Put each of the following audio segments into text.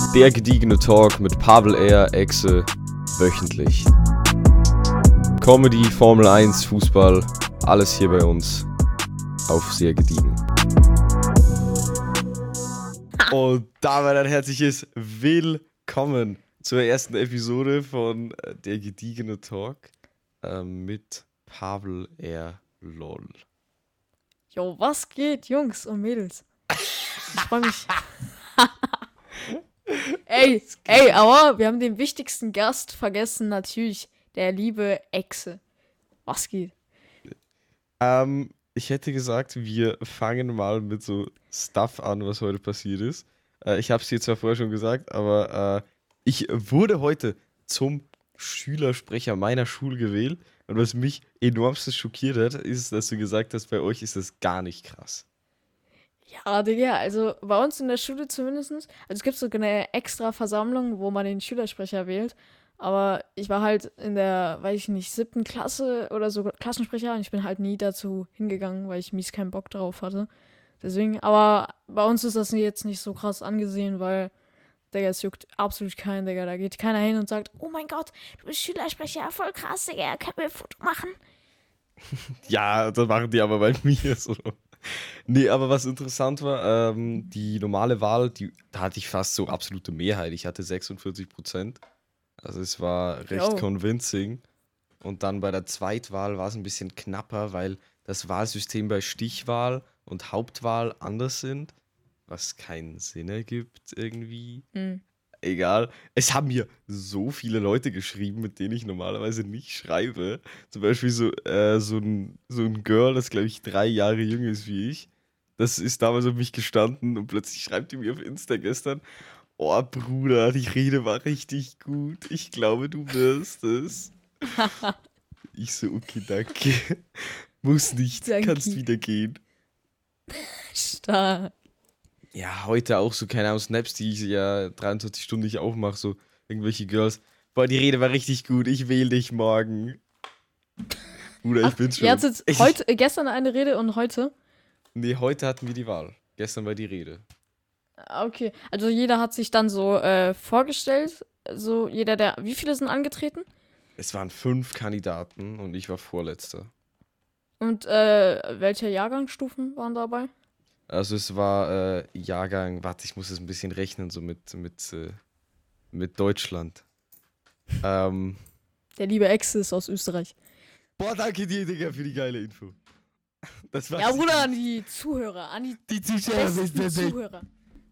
Der gediegene Talk mit Pavel R. Exe wöchentlich. Comedy, Formel 1, Fußball, alles hier bei uns auf sehr gediegen. Und damit ein herzliches Willkommen zur ersten Episode von Der gediegene Talk mit Pavel R. LOL. Jo, was geht, Jungs und Mädels? Ich freue mich. ey, aber wir haben den wichtigsten Gast vergessen, natürlich, der liebe Exe. Was geht? Ich hätte gesagt, wir fangen mal mit so Stuff an, was heute passiert ist. Ich habe es dir zwar vorher schon gesagt, aber ich wurde heute zum Schülersprecher meiner Schule gewählt. Und was mich enormst schockiert hat, ist, dass du gesagt hast, bei euch ist das gar nicht krass. Ja, Digga, also bei uns in der Schule zumindest. Also es gibt so eine extra Versammlung, wo man den Schülersprecher wählt. Aber ich war halt in der, weiß ich nicht, 7. Klasse oder so Klassensprecher und ich bin halt nie dazu hingegangen, weil ich mies keinen Bock drauf hatte. Deswegen, aber bei uns ist das jetzt nicht so krass angesehen, weil, Digga, es juckt absolut keinen, Digga. Da geht keiner hin und sagt, oh mein Gott, du bist Schülersprecher, voll krass, Digga, können wir ein Foto machen? Ja, das machen die aber bei mir so. Nee, aber was interessant war, die normale Wahl, da hatte ich fast so absolute Mehrheit. Ich hatte 46%. Also es war recht convincing. Und dann bei der Zweitwahl war es ein bisschen knapper, weil das Wahlsystem bei Stichwahl und Hauptwahl anders sind. Was keinen Sinn ergibt irgendwie. Egal. Es haben mir so viele Leute geschrieben, mit denen ich normalerweise nicht schreibe. Zum Beispiel so ein Girl, das glaube ich 3 Jahre jünger ist wie ich. Das ist damals auf mich gestanden und plötzlich schreibt die mir auf Insta gestern: Oh Bruder, die Rede war richtig gut. Ich glaube, du wirst es. Ich so, okay, danke. Muss nicht, Danke. kannst wieder gehen. Stark. Ja, heute auch so, keine Ahnung, Snaps, die ich ja 23 Stunden nicht aufmache, so irgendwelche Girls. Boah, die Rede war richtig gut, ich wähle dich morgen. Bruder, ich bin schon. Ihr hattet gestern eine Rede und heute? Nee, heute hatten wir die Wahl. Gestern war die Rede. Okay, also jeder hat sich dann so vorgestellt, so jeder wie viele sind angetreten? Es waren 5 Kandidaten und ich war Vorletzter. Und welche Jahrgangsstufen waren dabei? Also es war Jahrgang, warte, ich muss es ein bisschen rechnen, so mit Deutschland. Der liebe Exe ist aus Österreich. Boah, danke dir, Digga, für die geile Info. Das war's. Ja, Bruder, an die Zuhörer, Die Zuschauer sind perfekt. Zuhörer.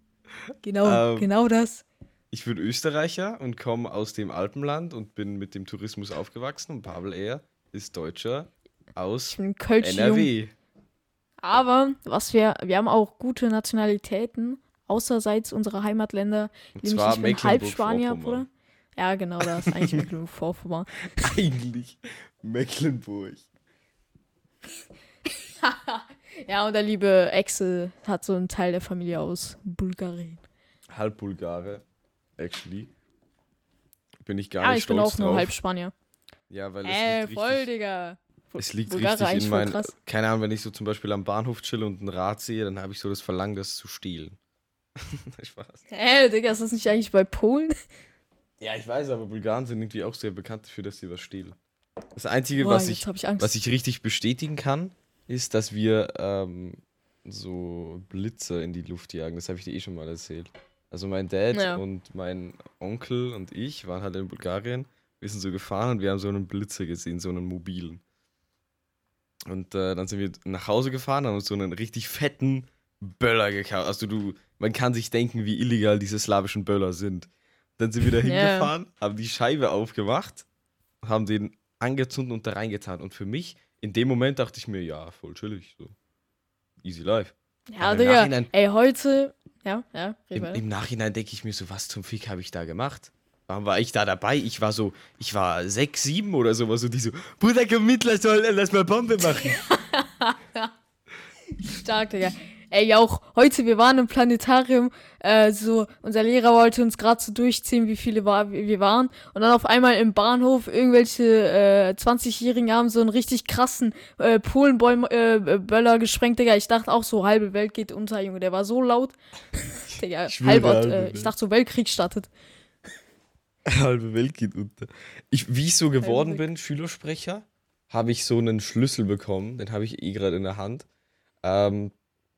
Genau das. Ich bin Österreicher und komme aus dem Alpenland und bin mit dem Tourismus aufgewachsen. Und Pavel R. ist Deutscher aus Ich bin Kölsch-Jung. NRW. Aber wir haben auch gute Nationalitäten, außerseits unserer Heimatländer. Und zwar Ich bin halb Spanier, Mecklenburg-Vorpommern. Bruder. Ja, genau das. Eigentlich Mecklenburg-Vorpommern. Eigentlich Mecklenburg. Ja, und der liebe Exe hat so einen Teil der Familie aus Bulgarien. Halb Bulgare, actually. Bin ich gar Ja, nicht ich bin stolz auch nur drauf. halb Spanier. Ja, weil es liegt Voll, richtig, Digga. es liegt Bulgare richtig eigentlich in voll meinen, krass. keine Ahnung, wenn ich so zum Beispiel am Bahnhof chill und ein Rad sehe, dann habe ich so das Verlangen, das zu stehlen. Spaß. Digga, ist das nicht eigentlich bei Polen? Ja, ich weiß, aber Bulgaren sind irgendwie auch sehr bekannt dafür, dass sie was stehlen. Das Einzige, Boah, was jetzt hab ich Angst. was ich richtig bestätigen kann, ist, dass wir so Blitze in die Luft jagen. Das habe ich dir eh schon mal erzählt. Also mein Dad Ja. und mein Onkel und ich waren halt in Bulgarien. Wir sind so gefahren und wir haben so einen Blitzer gesehen, so einen mobilen. Und dann sind wir nach Hause gefahren, haben uns so einen richtig fetten Böller gekauft. Also man kann sich denken, wie illegal diese slawischen Böller sind. Dann sind wir da hingefahren, haben die Scheibe aufgemacht, haben den angezündet und da reingetan. Und für mich, in dem Moment dachte ich mir, ja, voll chillig, so. Easy life. Ja, Aber im Digga. Nachhinein- Ey, heute. Ja, red weiter. Im Nachhinein denke ich mir so, was zum Fick habe ich da gemacht? Warum war ich da dabei? Ich war 6, 7 oder sowas und die so, Bruder, komm mit, lass mal Bombe machen. Stark, Digga. Ey, auch heute, wir waren im Planetarium, so, unser Lehrer wollte uns gerade so durchziehen, wie viele wir waren. Und dann auf einmal im Bahnhof irgendwelche 20-Jährigen haben so einen richtig krassen Polenböller gesprengt, Digga. Ich dachte auch so, halbe Welt geht unter, Junge. Der war so laut. Digga, Ich schwöre, halbe Welt. ich dachte so, Weltkrieg startet. Halbe Welt geht unter. Wie ich so geworden bin, Schülersprecher, habe ich so einen Schlüssel bekommen. Den habe ich eh gerade in der Hand. Ähm,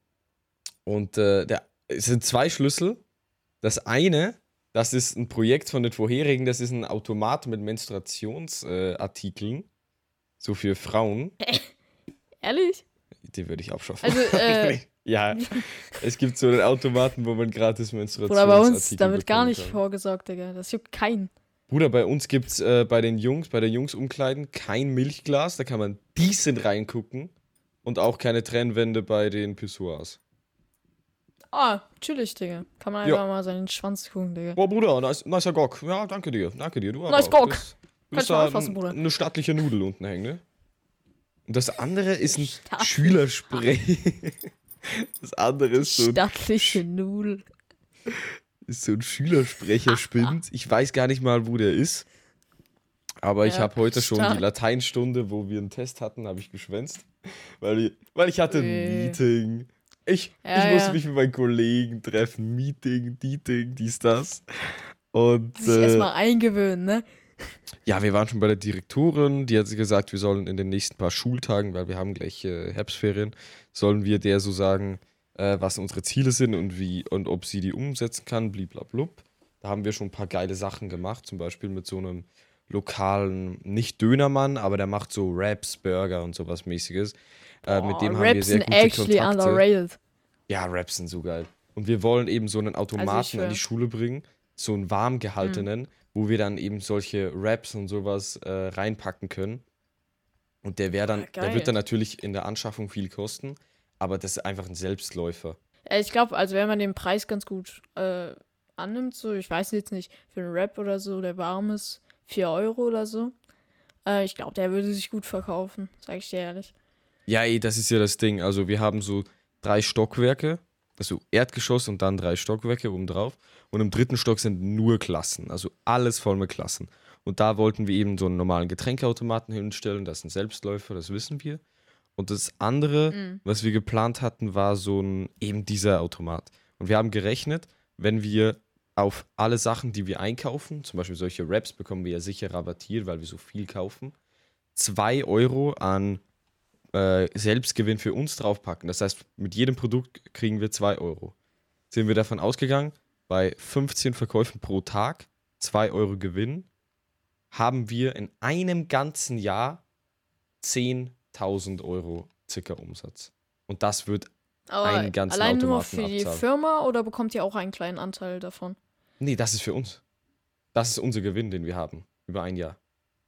es sind zwei Schlüssel. Das eine, das ist ein Projekt von den vorherigen, das ist ein Automat mit Menstruationsartikeln. So für Frauen. Ehrlich? Den würde ich abschaffen. Also, ja, es gibt so einen Automaten, wo man gratis Bruder, Menstruationsartikel bei uns, da wird gar bekommen nicht kann. vorgesorgt, Digga. Das juckt keinen. Bruder, bei uns gibt's bei den Jungs umkleiden kein Milchglas, da kann man decent reingucken. Und auch keine Trennwände bei den Pissoirs. Ah, chillig, Digga. Kann man Ja. einfach mal seinen Schwanz gucken, Digga. Boah, Bruder, nicer Gock. Ja, danke dir. Du aber Nice auch. Gock. Du Kannst hast du mal da anfassen, Bruder. eine stattliche Nudel unten hängen, ne? Und das andere ist ein Stattlich. Schülerspray. Das andere ist so Stattliche Nudel. ein Schülersprecherspind. Ich weiß gar nicht mal, wo der ist. Aber ich Ja, habe heute schon stark. die Lateinstunde, wo wir einen Test hatten, habe ich geschwänzt. Weil ich hatte ein Meeting. Ich musste Ja. mich mit meinen Kollegen treffen. Meeting, dies, das. Und Sich erstmal eingewöhnen, ne? ja, wir waren schon bei der Direktorin. Die hat gesagt, wir sollen in den nächsten paar Schultagen, weil wir haben gleich Herbstferien, sollen wir der so sagen, was unsere Ziele sind und ob sie die umsetzen kann, bliblablub. Da haben wir schon ein paar geile Sachen gemacht, zum Beispiel mit so einem lokalen, nicht Dönermann, aber der macht so Wraps, Burger und sowas mäßiges. Mit dem haben wir Raps sehr sind gute actually Kontakte. underrated. Ja, Wraps sind so geil. Und wir wollen eben so einen Automaten schwör. an die Schule bringen, so einen warm gehaltenen, wo wir dann eben solche Wraps und sowas reinpacken können. Und der geil. wird dann natürlich in der Anschaffung viel kosten, aber das ist einfach ein Selbstläufer. Ich glaube, also wenn man den Preis ganz gut annimmt, so, ich weiß jetzt nicht, für einen Rap oder so, der warm ist, 4 Euro oder so. Ich glaube, der würde sich gut verkaufen, sag ich dir ehrlich. Ja, das ist ja das Ding. Also wir haben so 3 Stockwerke, also Erdgeschoss und dann 3 Stockwerke obendrauf. Und im 3. Stock sind nur Klassen, also alles voll mit Klassen. Und da wollten wir eben so einen normalen Getränkeautomaten hinstellen, das ist ein Selbstläufer, das wissen wir. Und das andere, was wir geplant hatten, war eben dieser Automat. Und wir haben gerechnet, wenn wir auf alle Sachen, die wir einkaufen, zum Beispiel solche Wraps bekommen wir ja sicher rabattiert, weil wir so viel kaufen, 2 Euro an Selbstgewinn für uns draufpacken. Das heißt, mit jedem Produkt kriegen wir 2 Euro. Sind wir davon ausgegangen, bei 15 Verkäufen pro Tag, 2 Euro Gewinn, haben wir in einem ganzen Jahr 10.000 Euro circa Umsatz. Und das wird Aber einen ganzen allein nur Automaten für die abzahlen. Firma oder bekommt ihr auch einen kleinen Anteil davon? Nee, das ist für uns. Das ist unser Gewinn, den wir haben. Über ein Jahr.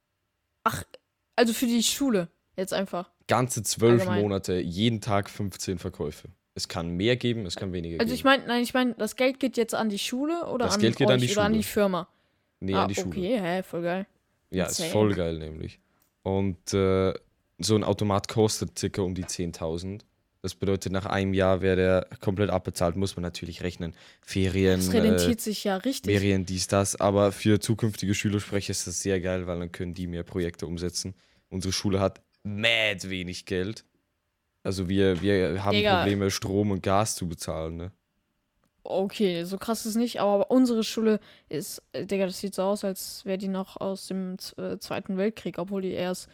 Also für die Schule, jetzt einfach. Ganze 12 Allgemein. Monate, jeden Tag 15 Verkäufe. Es kann mehr geben, es kann weniger Also geben. ich meine, das Geld geht jetzt an die Schule oder Das an Geld geht euch an die oder an Schule. die Firma? Nee, an die Schule. Okay, voll geil. Ja, ist Insane. voll geil nämlich. Und so ein Automat kostet circa um die 10.000. Das bedeutet, nach einem Jahr wäre der komplett abbezahlt, muss man natürlich rechnen. Ferien, Das rentiert sich ja richtig. Ferien, dies, das. Aber für zukünftige Schülersprecher ist das sehr geil, weil dann können die mehr Projekte umsetzen. Unsere Schule hat mad wenig Geld. Also wir haben Digga. Probleme, Strom und Gas zu bezahlen, ne? Okay, so krass ist nicht, aber unsere Schule ist, Digga, das sieht so aus, als wäre die noch aus dem Zweiten Weltkrieg, obwohl die erst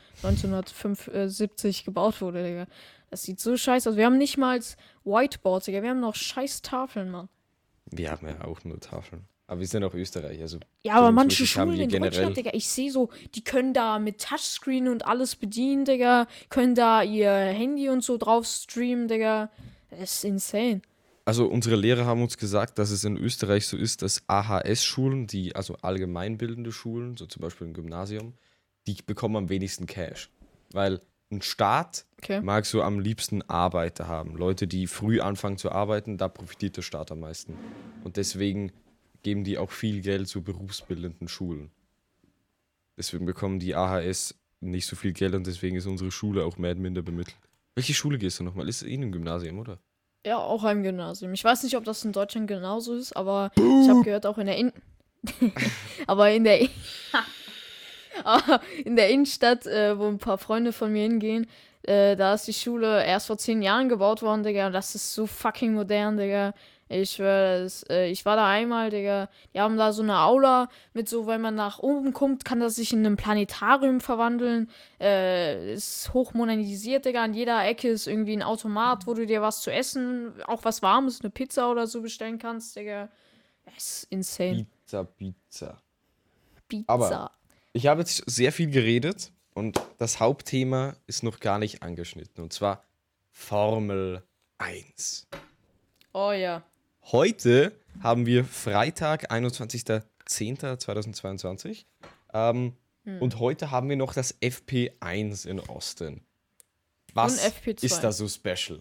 1975 gebaut wurde, Digga. Das sieht so scheiße aus. Wir haben nicht mal Whiteboards, Digga, wir haben noch scheiß Tafeln, Mann. Wir haben ja auch nur Tafeln. Aber wir sind auch Österreich, also Ja, aber manche dementsprechend haben Schulen wir in Deutschland, Digga, ich sehe so, die können da mit Touchscreen und alles bedienen, Digga, können da ihr Handy und so drauf streamen, Digga. Das ist insane. Also unsere Lehrer haben uns gesagt, dass es in Österreich so ist, dass AHS-Schulen, also allgemeinbildende Schulen, so zum Beispiel ein Gymnasium, die bekommen am wenigsten Cash. Weil ein Staat Okay. mag so am liebsten Arbeiter haben. Leute, die früh anfangen zu arbeiten, da profitiert der Staat am meisten. Und deswegen geben die auch viel Geld zu berufsbildenden Schulen. Deswegen bekommen die AHS nicht so viel Geld und deswegen ist unsere Schule auch mehr oder minder bemittelt. Welche Schule gehst du nochmal? Ist es in einem Gymnasium, oder? Ja, auch ein Gymnasium. Ich weiß nicht, ob das in Deutschland genauso ist, aber ich habe gehört, auch in der aber in der aber in der Innenstadt, wo ein paar Freunde von mir hingehen, da ist die Schule erst vor 10 Jahren gebaut worden, Digga. Und das ist so fucking modern, Digga. Ich schwöre, ich war da einmal, Digga. Die haben da so eine Aula mit so, wenn man nach oben kommt, kann das sich in ein Planetarium verwandeln. Ist hoch modernisiert, Digga. An jeder Ecke ist irgendwie ein Automat, wo du dir was zu essen, auch was Warmes, eine Pizza oder so bestellen kannst, Digga. Das ist insane. Pizza, Pizza. Aber Pizza. ich habe jetzt sehr viel geredet und das Hauptthema ist noch gar nicht angeschnitten. Und zwar Formel 1. Oh ja. Heute haben wir Freitag, 21.10.2022. Und heute haben wir noch das FP1 in Austin. Und Was FP2. ist da so special?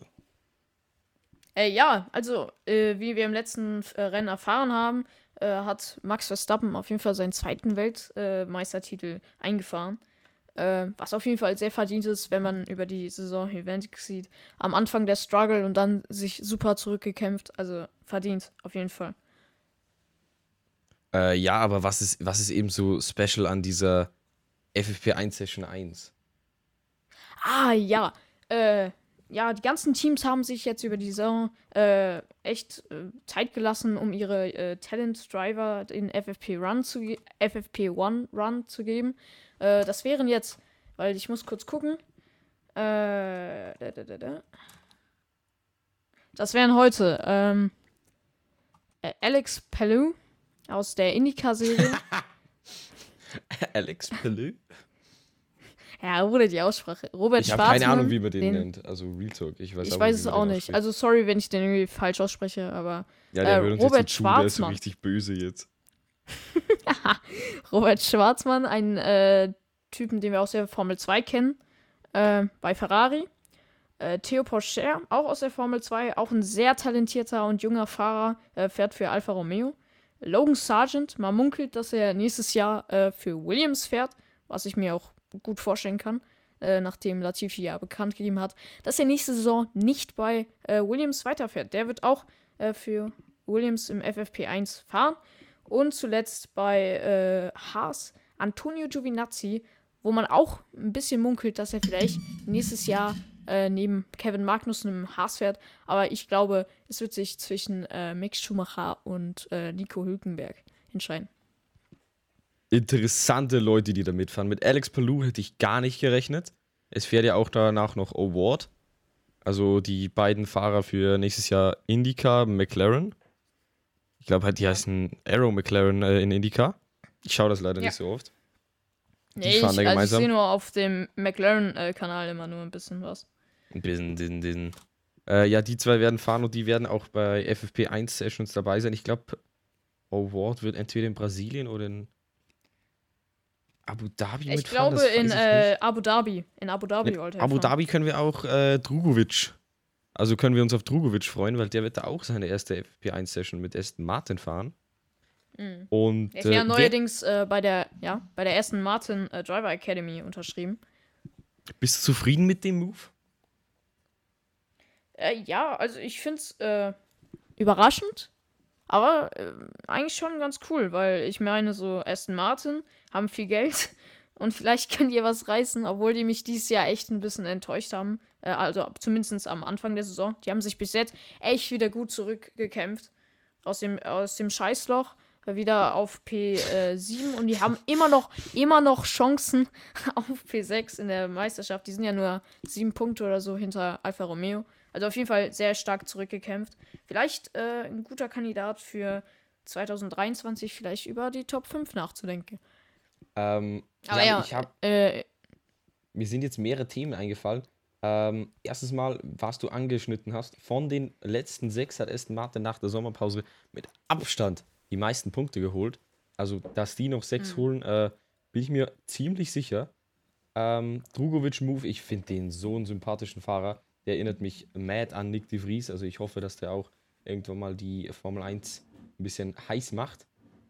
Ja, also, wie wir im letzten Rennen erfahren haben, hat Max Verstappen auf jeden Fall seinen zweiten Weltmeistertitel eingefahren. Was auf jeden Fall sehr verdient ist, wenn man über die Saison hinweg sieht. Am Anfang der Struggle und dann sich super zurückgekämpft. Also verdient, auf jeden Fall. Ja, aber was ist eben so special an dieser FFP1 Session 1? Ah, ja. Ja, die ganzen Teams haben sich jetzt über die Saison echt Zeit gelassen, um ihre Talent-Driver den FFP1 Run zu geben. Das wären jetzt, weil ich muss kurz gucken. Das wären heute Alex Palou aus der IndyCar-Serie. Alex Pelé? Ja, oder die Aussprache. Robert Ich habe Schwarzmann. keine Ahnung, wie man den nennt. Also Real Talk. Ich weiß Ich auch weiß nicht, es wie man auch den nicht. ausspricht. Also sorry, wenn ich den irgendwie falsch ausspreche, aber Ja, der hört uns Robert jetzt so zu, der ist so Schwarzmann. richtig böse jetzt. Robert Schwarzmann, ein Typen, den wir aus der Formel 2 kennen, bei Ferrari. Theo Pourchaire, auch aus der Formel 2, auch ein sehr talentierter und junger Fahrer, fährt für Alfa Romeo. Logan Sargent, man munkelt, dass er nächstes Jahr für Williams fährt, was ich mir auch gut vorstellen kann, nachdem Latifi ja bekannt gegeben hat, dass er nächste Saison nicht bei Williams weiterfährt. Der wird auch für Williams im FFP1 fahren. Und zuletzt bei Haas Antonio Giovinazzi, wo man auch ein bisschen munkelt, dass er vielleicht nächstes Jahr neben Kevin Magnussen im Haas fährt. Aber ich glaube, es wird sich zwischen Mick Schumacher und Nico Hülkenberg entscheiden. Interessante Leute, die da mitfahren. Mit Alex Palou hätte ich gar nicht gerechnet. Es fährt ja auch danach noch Award. Also die beiden Fahrer für nächstes Jahr IndyCar, McLaren. Ich glaube halt, die heißen Arrow McLaren in IndyCar. Ich schaue das leider Ja. nicht so oft. Nee, fahren da ich gemeinsam. sehe nur auf dem McLaren-Kanal immer nur ein bisschen was. Ein bisschen. Ja, die zwei werden fahren und die werden auch bei FFP1 Sessions dabei sein. Ich glaube, Award wird entweder in Brasilien oder in Abu Dhabi Ich mitfahren. glaube das weiß in ich nicht. Abu Dhabi. In Abu Dhabi In wollte er Abu fahren. Dhabi können wir auch Drugovic. Also können wir uns auf Drugovic freuen, weil der wird da auch seine erste FP1-Session mit Aston Martin fahren. Mhm. Und Er ist ja neuerdings bei der Aston Martin Driver Academy unterschrieben. bist du zufrieden mit dem Move? Ja, also ich finde es überraschend, aber eigentlich schon ganz cool, weil ich meine, so Aston Martin haben viel Geld und vielleicht können die was reißen, obwohl die mich dieses Jahr echt ein bisschen enttäuscht haben. Also zumindest am Anfang der Saison. Die haben sich bis jetzt echt wieder gut zurückgekämpft aus dem Scheißloch wieder auf P7 und die haben immer noch Chancen auf P6 in der Meisterschaft. Die sind ja nur 7 Punkte oder so hinter Alfa Romeo. Also auf jeden Fall sehr stark zurückgekämpft. Vielleicht ein guter Kandidat für 2023, vielleicht über die Top 5 nachzudenken. Aber ja, mir sind jetzt mehrere Themen eingefallen. Erstes Mal, was du angeschnitten hast, von den letzten 6 hat Aston Martin nach der Sommerpause mit Abstand die meisten Punkte geholt. Also, dass die noch 6 holen, bin ich mir ziemlich sicher. Drugovic-Move, ich finde den so einen sympathischen Fahrer. Der erinnert mich mad an Nick de Vries. Also, ich hoffe, dass der auch irgendwann mal die Formel 1 ein bisschen heiß macht.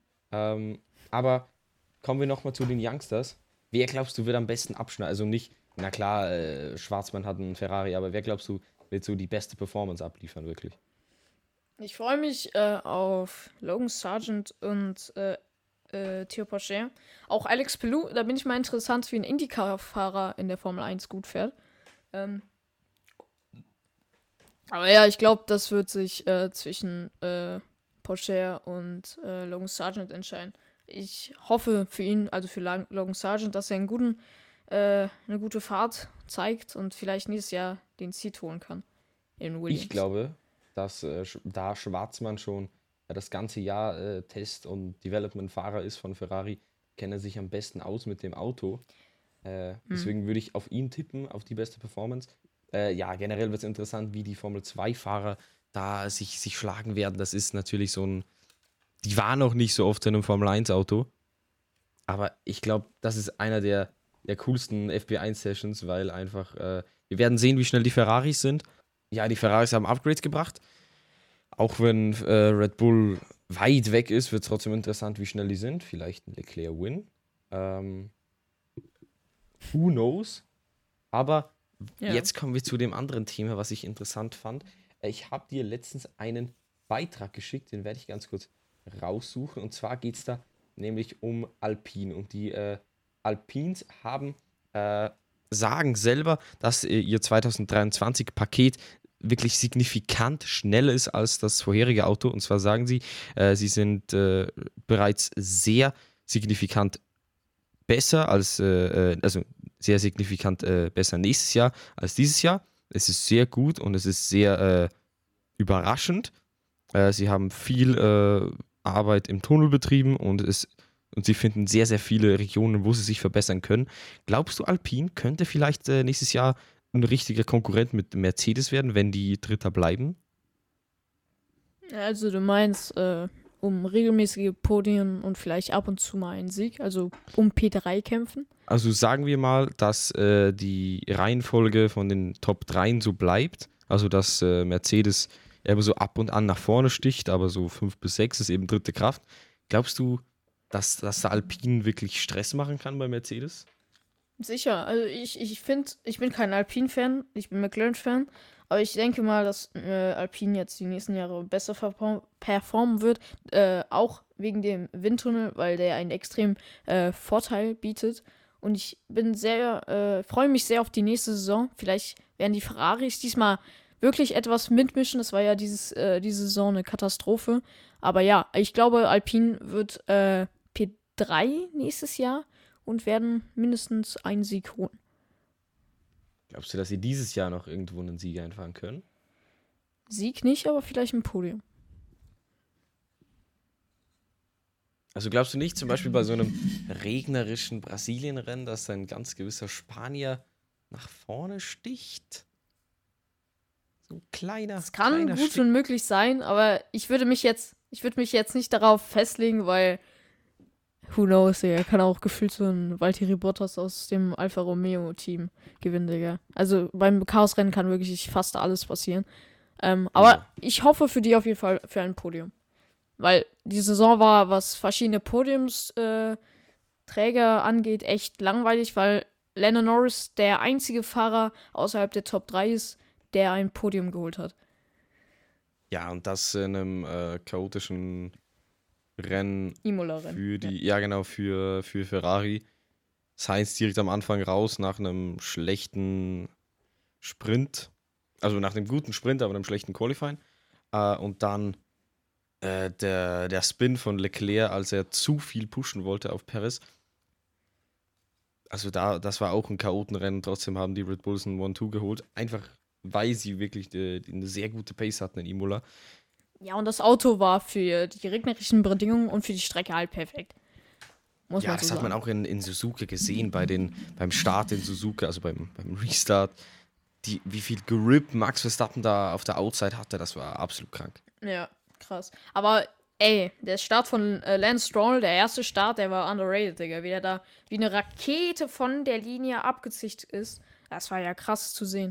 Aber kommen wir nochmal zu den Youngsters. Wer glaubst du wird am besten abschneiden? Also nicht Na klar, Schwarzmann hat einen Ferrari, aber wer glaubst du, wird so die beste Performance abliefern, wirklich? Ich freue mich auf Logan Sargent und Theo Porcher. Auch Alex Pelou, da bin ich mal interessant, wie ein Indycar-Fahrer in der Formel 1 gut fährt. Ähm, aber ja, ich glaube, das wird sich zwischen Porcher und Logan Sargent entscheiden. Ich hoffe für ihn, also für Logan Sargent, dass er eine gute Fahrt zeigt und vielleicht nächstes Jahr den Seat holen kann in Ich Williams. glaube, dass da Schwarzmann schon das ganze Jahr Test- und Development-Fahrer ist von Ferrari, kennt er sich am besten aus mit dem Auto. Hm. Deswegen würde ich auf ihn tippen, auf die beste Performance. Ja, generell wird es interessant, wie die Formel 2-Fahrer da sich schlagen werden. Das ist natürlich so ein. Die waren noch nicht so oft in einem Formel 1-Auto, aber ich glaube, das ist einer der coolsten FP1-Sessions, weil einfach, wir werden sehen, wie schnell die Ferraris sind. Ja, die Ferraris haben Upgrades gebracht. Auch wenn Red Bull weit weg ist, wird es trotzdem interessant, wie schnell die sind. Vielleicht ein Leclerc-Win. Ähm, who knows? Aber Ja. jetzt kommen wir zu dem anderen Thema, was ich interessant fand. Ich habe dir letztens einen Beitrag geschickt, den werde ich ganz kurz raussuchen. Und zwar geht es da nämlich um Alpine. Und die Alpines sagen selber, dass ihr 2023-Paket wirklich signifikant schneller ist als das vorherige Auto. Und zwar sagen sie, sie sind bereits sehr signifikant besser also sehr signifikant besser nächstes Jahr als dieses Jahr. Es ist sehr gut und es ist sehr überraschend. Sie haben viel Arbeit im Tunnel betrieben und sie finden sehr, sehr viele Regionen, wo sie sich verbessern können. Glaubst du, Alpine könnte vielleicht nächstes Jahr ein richtiger Konkurrent mit Mercedes werden, wenn die Dritter bleiben? Also du meinst, um regelmäßige Podien und vielleicht ab und zu mal einen Sieg, also um P3 kämpfen? Also sagen wir mal, dass die Reihenfolge von den Top 3 so bleibt. Also dass Mercedes immer so ab und an nach vorne sticht, aber so 5 bis 6 ist eben dritte Kraft. Glaubst du, dass der Alpine wirklich Stress machen kann bei Mercedes? Sicher, also ich finde, ich bin kein Alpine-Fan, ich bin McLaren-Fan, aber ich denke mal, dass Alpine jetzt die nächsten Jahre besser performen wird, auch wegen dem Windtunnel, weil der einen extrem Vorteil bietet. Und ich bin freue mich sehr auf die nächste Saison. Vielleicht werden die Ferraris diesmal wirklich etwas mitmischen. Das war ja diese Saison eine Katastrophe. Aber ja, ich glaube, Alpine wird P3 nächstes Jahr und werden mindestens einen Sieg holen. Glaubst du, dass sie dieses Jahr noch irgendwo einen Sieg einfahren können? Sieg nicht, aber vielleicht ein Podium. Also glaubst du nicht, zum Beispiel bei so einem regnerischen Brasilien-Rennen, dass ein ganz gewisser Spanier nach vorne sticht? So ein Das kann kleiner gut Stück. und möglich sein, aber ich würde mich jetzt nicht darauf festlegen, weil who knows, Digga, kann auch gefühlt so ein Valtteri Bottas aus dem Alfa Romeo Team gewinnen, Digga. Also beim Chaosrennen kann wirklich fast alles passieren. Aber Ja. ich hoffe für die auf jeden Fall für ein Podium. Weil die Saison war, was verschiedene Podiumsträger angeht, echt langweilig, weil Lando Norris der einzige Fahrer außerhalb der Top 3 ist, der ein Podium geholt hat. Ja, und das in einem chaotischen Rennen Imola-Rennen. Ja. ja genau, für Ferrari. Sainz direkt am Anfang raus nach einem schlechten Sprint. Also nach einem guten Sprint, aber einem schlechten Qualifying. Und dann der Spin von Leclerc, als er zu viel pushen wollte auf Perez. Also das war auch ein Chaotenrennen. Trotzdem haben die Red Bulls ein 1-2 geholt. Einfach, weil sie wirklich eine sehr gute Pace hatten in Imola. Ja, und das Auto war für die regnerischen Bedingungen und für die Strecke halt perfekt. Muss Ja, man so das hat man sagen. auch in Suzuka gesehen, beim Start in Suzuka, also beim Restart. Wie viel Grip Max Verstappen da auf der Outside hatte, das war absolut krank. Ja, krass. Aber ey, der Start von Lance Stroll, der erste Start, der war underrated, Digga. Wie der da wie eine Rakete von der Linie abgezicht ist. Das war ja krass zu sehen.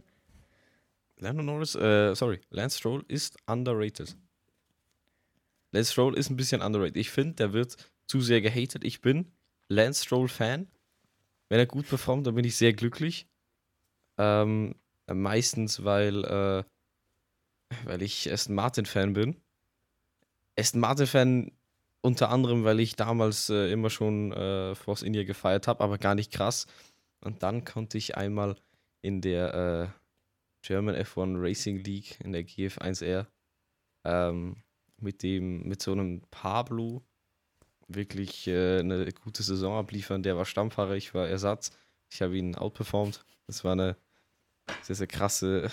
Lance Stroll ist underrated. Lance Stroll ist ein bisschen underrated. Ich finde, der wird zu sehr gehatet. Ich bin Lance Stroll-Fan. Wenn er gut performt, dann bin ich sehr glücklich. Meistens, weil ich Aston Martin-Fan bin. Aston Martin-Fan unter anderem, weil ich damals immer schon Force India gefeiert habe, aber gar nicht krass. Und dann konnte ich einmal in der German F1 Racing League, in der GF1R, ähm, mit so einem Pablo wirklich eine gute Saison abliefern. Der war Stammfahrer, ich war Ersatz. Ich habe ihn outperformed. Das war eine sehr, sehr krasse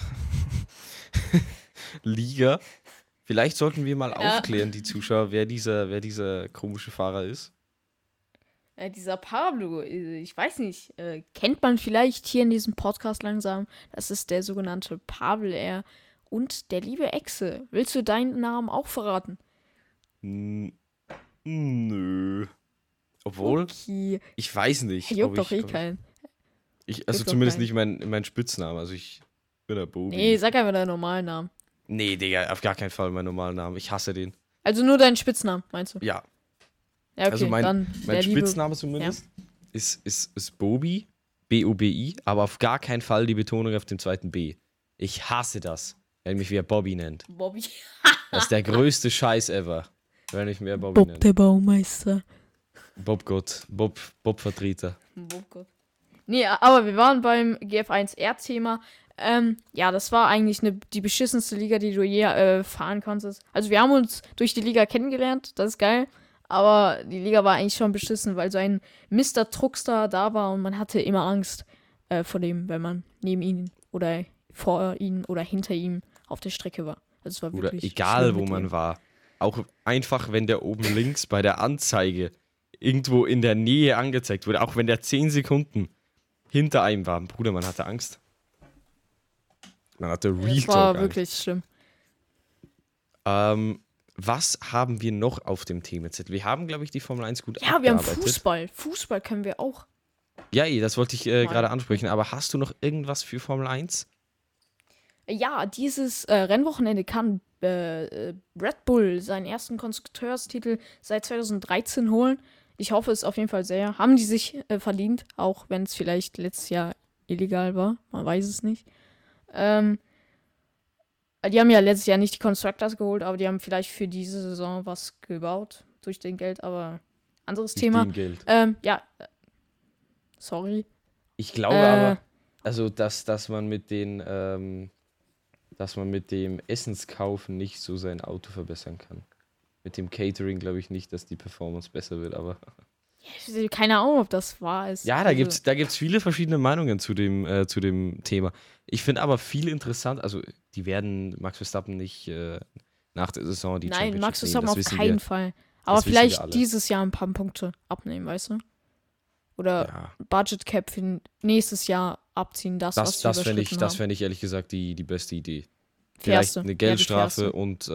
Liga. Vielleicht sollten wir mal Ja. aufklären, die Zuschauer, wer dieser komische Fahrer ist. Dieser Pablo, ich weiß nicht, kennt man vielleicht hier in diesem Podcast langsam. Das ist der sogenannte Pavel R. Und der liebe Exe. Willst du deinen Namen auch verraten? N nö. Obwohl, Okay. ich weiß nicht, Juckt doch eh keinen. also Juckt doch zumindest keinen. nicht mein Spitzname. Also ich bin der Bobi. Nee, sag einfach deinen normalen Namen. Nee, Digga, auf gar keinen Fall mein normalen Namen. Ich hasse den. Also nur deinen Spitznamen, meinst du? Ja, Ja, okay, also dann mein der liebe. Spitzname zumindest ist Bobi, B-O-B-I, aber auf gar keinen Fall die Betonung auf dem zweiten B. Ich hasse das, wenn mich wer Bobby nennt. Bobby. Das ist der größte Scheiß ever, wenn mich wer Bobby Bob nennt. der Baumeister. Bobgott, Bob-Vertreter. Oh Gott. Nee, aber wir waren beim GF1R-Thema. Ja, das war eigentlich die beschissenste Liga, die du je fahren konntest. Also wir haben uns durch die Liga kennengelernt, das ist geil. Aber die Liga war eigentlich schon beschissen, weil so ein Mr. Truckstar da war und man hatte immer Angst vor dem, wenn man neben ihm oder vor ihm oder hinter ihm auf der Strecke war. Also es war Oder wirklich egal, schlimm wo mit man dem. war. Auch einfach, wenn der oben links bei der Anzeige irgendwo in der Nähe angezeigt wurde, auch wenn der 10 Sekunden hinter einem war. Bruder, man hatte Angst. Man hatte Real Das war Talk Angst. wirklich schlimm. Was haben wir noch auf dem Themenzettel? Wir haben, glaube ich, die Formel 1 gut Ja, wir haben abgearbeitet. Fußball. Fußball können wir auch. Ja, das wollte ich gerade ansprechen. Aber hast du noch irgendwas für Formel 1? Ja, dieses Rennwochenende kann Red Bull seinen ersten Konstrukteurstitel seit 2013 holen. Ich hoffe es auf jeden Fall sehr. Haben die sich verdient, auch wenn es vielleicht letztes Jahr illegal war. Man weiß es nicht. Die haben ja letztes Jahr nicht die Constructors geholt, aber die haben vielleicht für diese Saison was gebaut durch den Geld, aber anderes Thema. Dem Geld. Ja, sorry. Ich glaube aber, also dass man mit dem Essenskaufen nicht so sein Auto verbessern kann. Mit dem Catering glaube ich nicht, dass die Performance besser wird, aber Keine Ahnung, ob das wahr ist. ja, da Also, gibt's viele verschiedene Meinungen zu dem Thema. Ich finde aber viel interessant, also die werden Max Verstappen nicht nach der Saison die Nein, Championship Max nehmen, Verstappen das auf wissen keinen wir. Fall. Aber wissen wir vielleicht alle. dieses Jahr ein paar Punkte abnehmen, weißt du? Oder Ja, Budget Cap für nächstes Jahr abziehen, was das sie fände überschritten das haben. fänd ich ehrlich gesagt die beste Idee. Vielleicht Fairste. eine Ja, die Geldstrafe fairste. und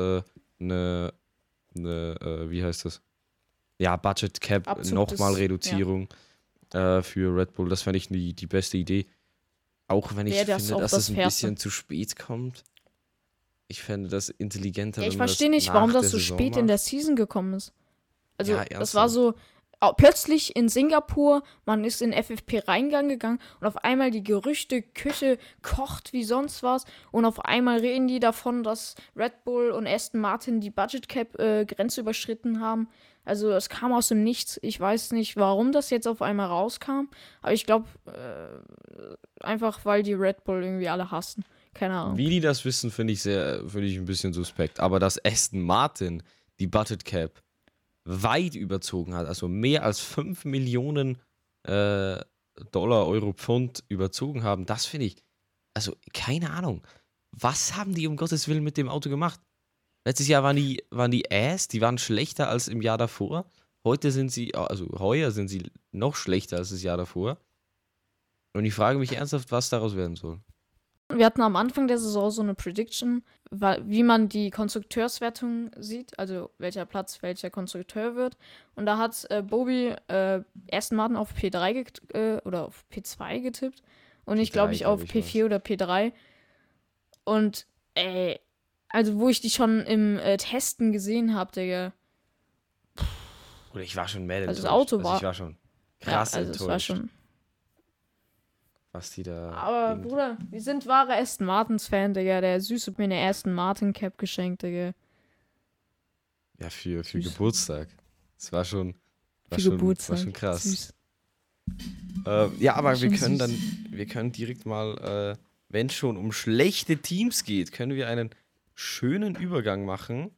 wie heißt das? Ja, Budget Cap, Abzug nochmal des- Reduzierung für Red Bull. Das fände ich die beste Idee. Auch wenn ich Wäre das finde, auch dass das es ein Fairste. bisschen zu spät kommt. Ich fände das intelligenter, Ja, ich wenn man verstehe das nicht, warum nach das der so Saison spät in der macht. Season gekommen ist. Also, Ja, das war ernsthaft. so plötzlich in Singapur, man ist in FFP-Reingang gegangen und auf einmal die Gerüchteküche kocht wie sonst was und auf einmal reden die davon, dass Red Bull und Aston Martin die Budget Cap Grenze überschritten haben. Also es kam aus dem Nichts. Ich weiß nicht, warum das jetzt auf einmal rauskam, aber ich glaube einfach, weil die Red Bull irgendwie alle hassen. Keine Ahnung. Wie die das wissen, finde ich ein bisschen suspekt. Aber dass Aston Martin die Budget Cap weit überzogen hat, also mehr als 5 Millionen Dollar, Euro, Pfund überzogen haben, das finde ich, also keine Ahnung. Was haben die um Gottes Willen mit dem Auto gemacht? Letztes Jahr waren die Ass, die waren schlechter als im Jahr davor. Heuer sind sie noch schlechter als das Jahr davor. Und ich frage mich ernsthaft, was daraus werden soll. Wir hatten am Anfang der Saison so eine Prediction, wie man die Konstrukteurswertung sieht, also welcher Platz welcher Konstrukteur wird. Und da hat Bobby Aston Martin auf P3 oder auf P2 getippt und ich glaube P3, ich auf glaub ich, P4 oder P3. Und also wo ich die schon im Testen gesehen habe, Digga. Oder ich war schon mad Also das enttäuscht. Auto Also war- ich war schon Ja, krass also es war enttäuscht. schon. was die da. Aber Bruder, wir sind wahre Aston Martins-Fan, Digga. Der Süße hat mir eine Aston Martin-Cap geschenkt, Digga. Ja, für Geburtstag. Das war schon. Für Geburtstag. War schon krass. Süß. Ja, aber wir Schon können süß. wir können direkt mal, wenn es schon um schlechte Teams geht, können wir einen schönen Übergang machen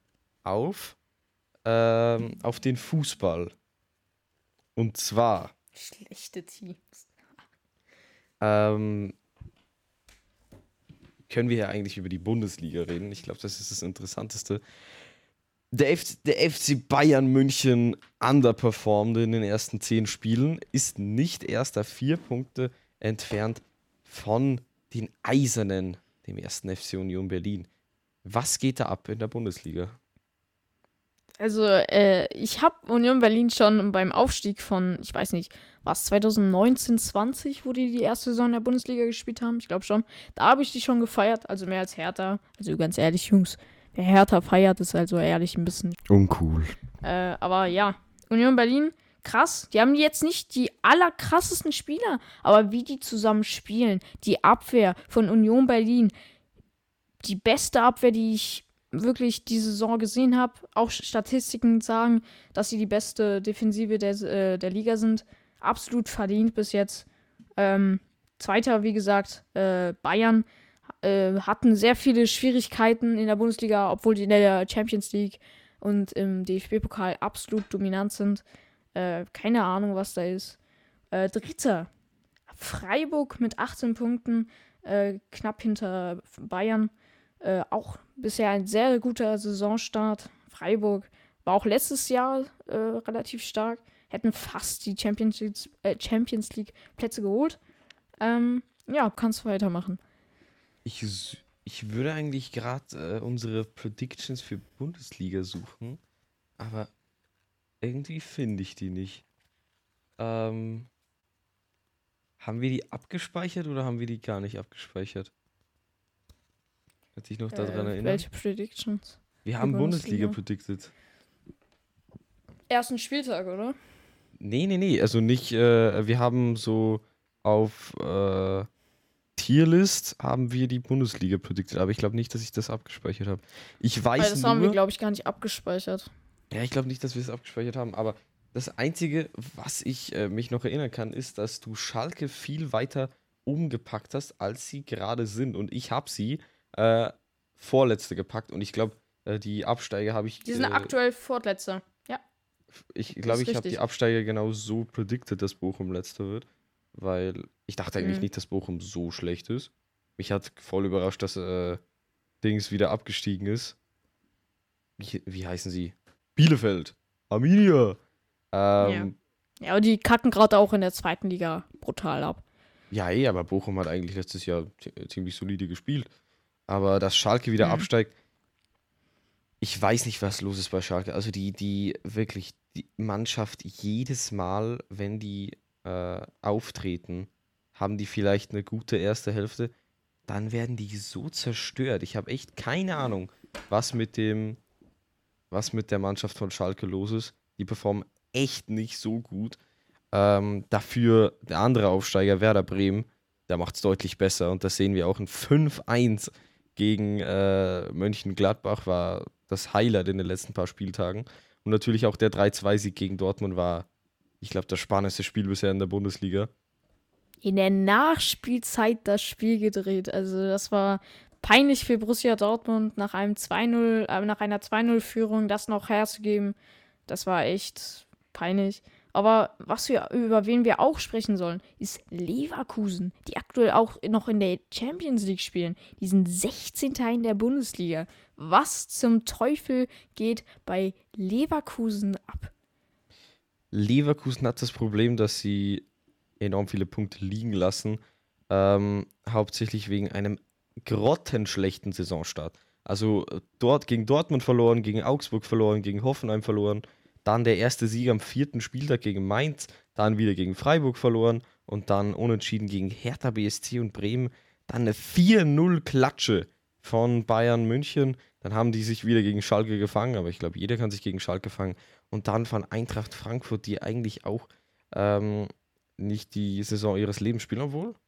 auf den Fußball. Und zwar Schlechte Teams. ähm, können wir ja eigentlich über die Bundesliga reden. Ich glaube, das ist das Interessanteste. Der FC Bayern München underperformed in den ersten 10 Spielen, ist nicht erst 4 Punkte entfernt von den Eisernen, dem ersten FC Union Berlin. Was geht da ab in der Bundesliga? Also, ich habe Union Berlin schon beim Aufstieg von, ich weiß nicht, was, 2019, 20, wo die erste Saison in der Bundesliga gespielt haben? Ich glaube schon. Da habe ich die schon gefeiert, also mehr als Hertha. Also ganz ehrlich, Jungs, wer Hertha feiert, ist also ehrlich ein bisschen. Uncool. Aber ja, Union Berlin, krass. Die haben jetzt nicht die allerkrassesten Spieler, aber wie die zusammen spielen, die Abwehr von Union Berlin, die beste Abwehr, die ich wirklich diese Saison gesehen habe. Auch Statistiken sagen, dass sie die beste Defensive der Liga sind. Absolut verdient bis jetzt. Zweiter, wie gesagt, Bayern hatten sehr viele Schwierigkeiten in der Bundesliga, obwohl die in der Champions League und im DFB-Pokal absolut dominant sind. Keine Ahnung, was da ist. Dritter, Freiburg mit 18 Punkten, knapp hinter Bayern. Auch bisher ein sehr guter Saisonstart. Freiburg war auch letztes Jahr relativ stark. Hätten fast die Champions League Plätze geholt. Ja, kannst weitermachen. Ich würde eigentlich gerade unsere Predictions für Bundesliga suchen, aber irgendwie finde ich die nicht. Haben wir die abgespeichert oder haben wir die gar nicht abgespeichert? Kannst du dich noch daran erinnern? Welche Predictions? Wir haben Bundesliga Bundesliga predicted. Ersten Spieltag, oder? Nee, also nicht, wir haben so auf Tierlist haben wir die Bundesliga predicted, aber ich glaube nicht, dass ich das abgespeichert habe. Ich Weil weiß das haben wir, nur, glaube ich, gar nicht abgespeichert. ja, ich glaube nicht, dass wir es abgespeichert haben, aber das Einzige, was ich mich noch erinnern kann, ist, dass du Schalke viel weiter umgepackt hast, als sie gerade sind. Und ich habe sie vorletzte gepackt und ich glaube, die Absteiger habe ich. Die sind aktuell Vorletzter. Ja, Ich das glaube, ist ich habe die richtig. Absteiger genau so predicted, dass Bochum letzter wird. Weil ich dachte eigentlich Mhm. nicht, dass Bochum so schlecht ist. Mich hat voll überrascht, dass Dings wieder abgestiegen ist. Wie heißen sie? Bielefeld. Arminia. Ja. Ja, aber die kacken gerade auch in der zweiten Liga brutal ab. Ja, aber Bochum hat eigentlich letztes Jahr ziemlich solide gespielt. Aber dass Schalke wieder Mhm. absteigt, ich weiß nicht, was los ist bei Schalke. Also die wirklich, die Mannschaft jedes Mal, wenn die auftreten, haben die vielleicht eine gute erste Hälfte, dann werden die so zerstört. Ich habe echt keine Ahnung, was mit der Mannschaft von Schalke los ist. Die performen echt nicht so gut. Dafür der andere Aufsteiger, Werder Bremen, der macht es deutlich besser. Und das sehen wir auch in 5-1 gegen Mönchengladbach war das Highlight in den letzten paar Spieltagen. Und natürlich auch der 3-2-Sieg gegen Dortmund war, ich glaube, das spannendste Spiel bisher in der Bundesliga. In der Nachspielzeit das Spiel gedreht. Also das war peinlich für Borussia Dortmund nach einem 2-0, nach einer 2-0-Führung das noch herzugeben. Das war echt peinlich. Aber über wen wir auch sprechen sollen, ist Leverkusen, die aktuell auch noch in der Champions League spielen. Die sind 16. in der Bundesliga. Was zum Teufel geht bei Leverkusen ab? Leverkusen hat das Problem, dass sie enorm viele Punkte liegen lassen. Hauptsächlich wegen einem grottenschlechten Saisonstart. Also dort gegen Dortmund verloren, gegen Augsburg verloren, gegen Hoffenheim verloren. Dann der erste Sieg am 4. Spieltag gegen Mainz, dann wieder gegen Freiburg verloren und dann unentschieden gegen Hertha BSC und Bremen. Dann eine 4-0-Klatsche von Bayern München. Dann haben die sich wieder gegen Schalke gefangen, aber ich glaube, jeder kann sich gegen Schalke fangen. Und dann von Eintracht Frankfurt, die eigentlich auch nicht die Saison ihres Lebens spielen, obwohl.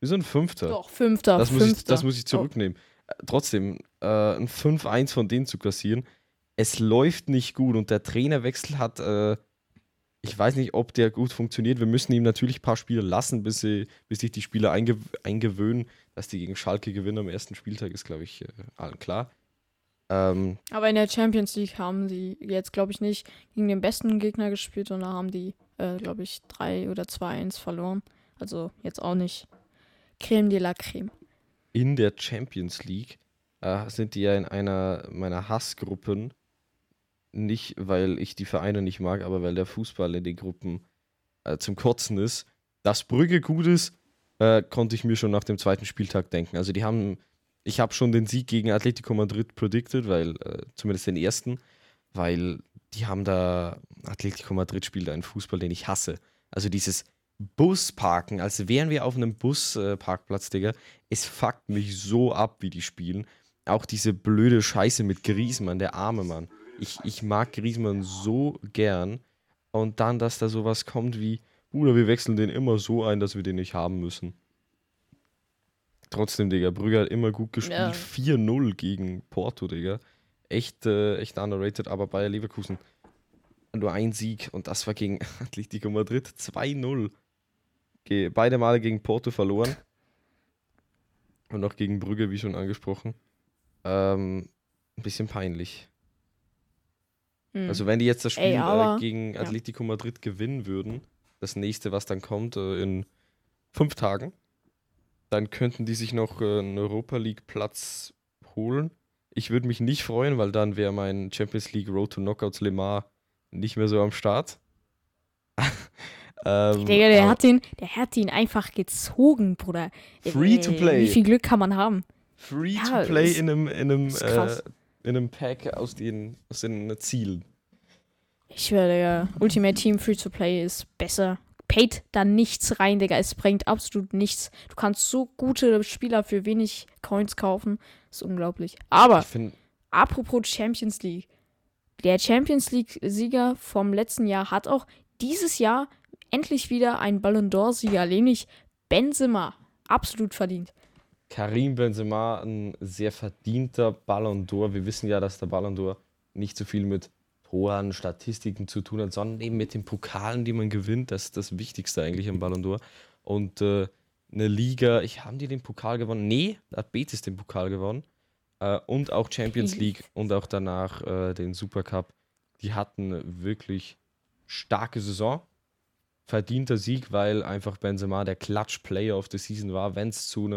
Wir sind Fünfter. Doch, Fünfter. Das Fünfter. muss ich zurücknehmen. Trotzdem, ein 5-1 von denen zu kassieren, es läuft nicht gut und der Trainerwechsel hat, ich weiß nicht, ob der gut funktioniert. Wir müssen ihm natürlich ein paar Spiele lassen, bis sich die Spieler eingewöhnen, dass die gegen Schalke gewinnen am ersten Spieltag, ist, glaube ich, allen klar. Aber in der Champions League haben sie jetzt, glaube ich, nicht gegen den besten Gegner gespielt und da haben die, glaube ich, 3 oder 2-1 verloren. Also jetzt auch nicht Creme de la Creme. In der Champions League sind die ja in einer meiner Hassgruppen. Nicht, weil ich die Vereine nicht mag, aber weil der Fußball in den Gruppen zum Kotzen ist. Dass Brügge gut ist, konnte ich mir schon nach dem zweiten Spieltag denken. Also ich habe schon den Sieg gegen Atletico Madrid predicted, weil, zumindest den ersten, weil die haben da, Atletico Madrid spielt einen Fußball, den ich hasse. Also dieses Busparken, als wären wir auf einem Busparkplatz, Digga. Es fuckt mich so ab, wie die spielen. Auch diese blöde Scheiße mit Griezmann, der arme Mann. Ich mag Griezmann so gern. Und dann, dass da sowas kommt wie, Bruder, wir wechseln den immer so ein, dass wir den nicht haben müssen. Trotzdem, Digga, Brügge hat immer gut gespielt. Ja. 4-0 gegen Porto, Digga. Echt underrated, aber Bayer Leverkusen nur ein Sieg und das war gegen Atletico Madrid 2-0. Beide Male gegen Porto verloren. Und auch gegen Brügge, wie schon angesprochen. Ein bisschen peinlich. Also wenn die jetzt das Spiel Ey, aber gegen ja. Atletico Madrid gewinnen würden, das nächste, was dann kommt, in 5 Tagen, dann könnten die sich noch einen Europa League Platz holen. Ich würde mich nicht freuen, weil dann wäre mein Champions League Road to Knockouts Le Mans nicht mehr so am Start. Digga, der hat ihn einfach gezogen, Bruder. Free to play. Wie viel Glück kann man haben? Free Ja, to play ist- in einem ist krass. in einem Pack aus den Zielen. Ich schwöre, Digga, Ultimate Team Free to Play ist besser. Paid da nichts rein, Digga. Es bringt absolut nichts. Du kannst so gute Spieler für wenig Coins kaufen. Das ist unglaublich. Aber, Ich finde, apropos Champions League. Der Champions League-Sieger vom letzten Jahr hat auch dieses Jahr endlich wieder einen Ballon d'Or-Sieger, nämlich Benzema. Absolut verdient. Karim Benzema ein sehr verdienter Ballon d'Or. Wir wissen ja, dass der Ballon d'Or nicht so viel mit Toren, Statistiken zu tun hat, sondern eben mit den Pokalen, die man gewinnt. Das ist das Wichtigste eigentlich im Ballon d'Or. Und eine Liga, haben die den Pokal gewonnen? Nee, da hat Betis den Pokal gewonnen. Und auch Champions League und auch danach den Supercup. Die hatten wirklich starke Saison. Verdienter Sieg, weil einfach Benzema der Clutch-Player of the Season war. Wenn es zu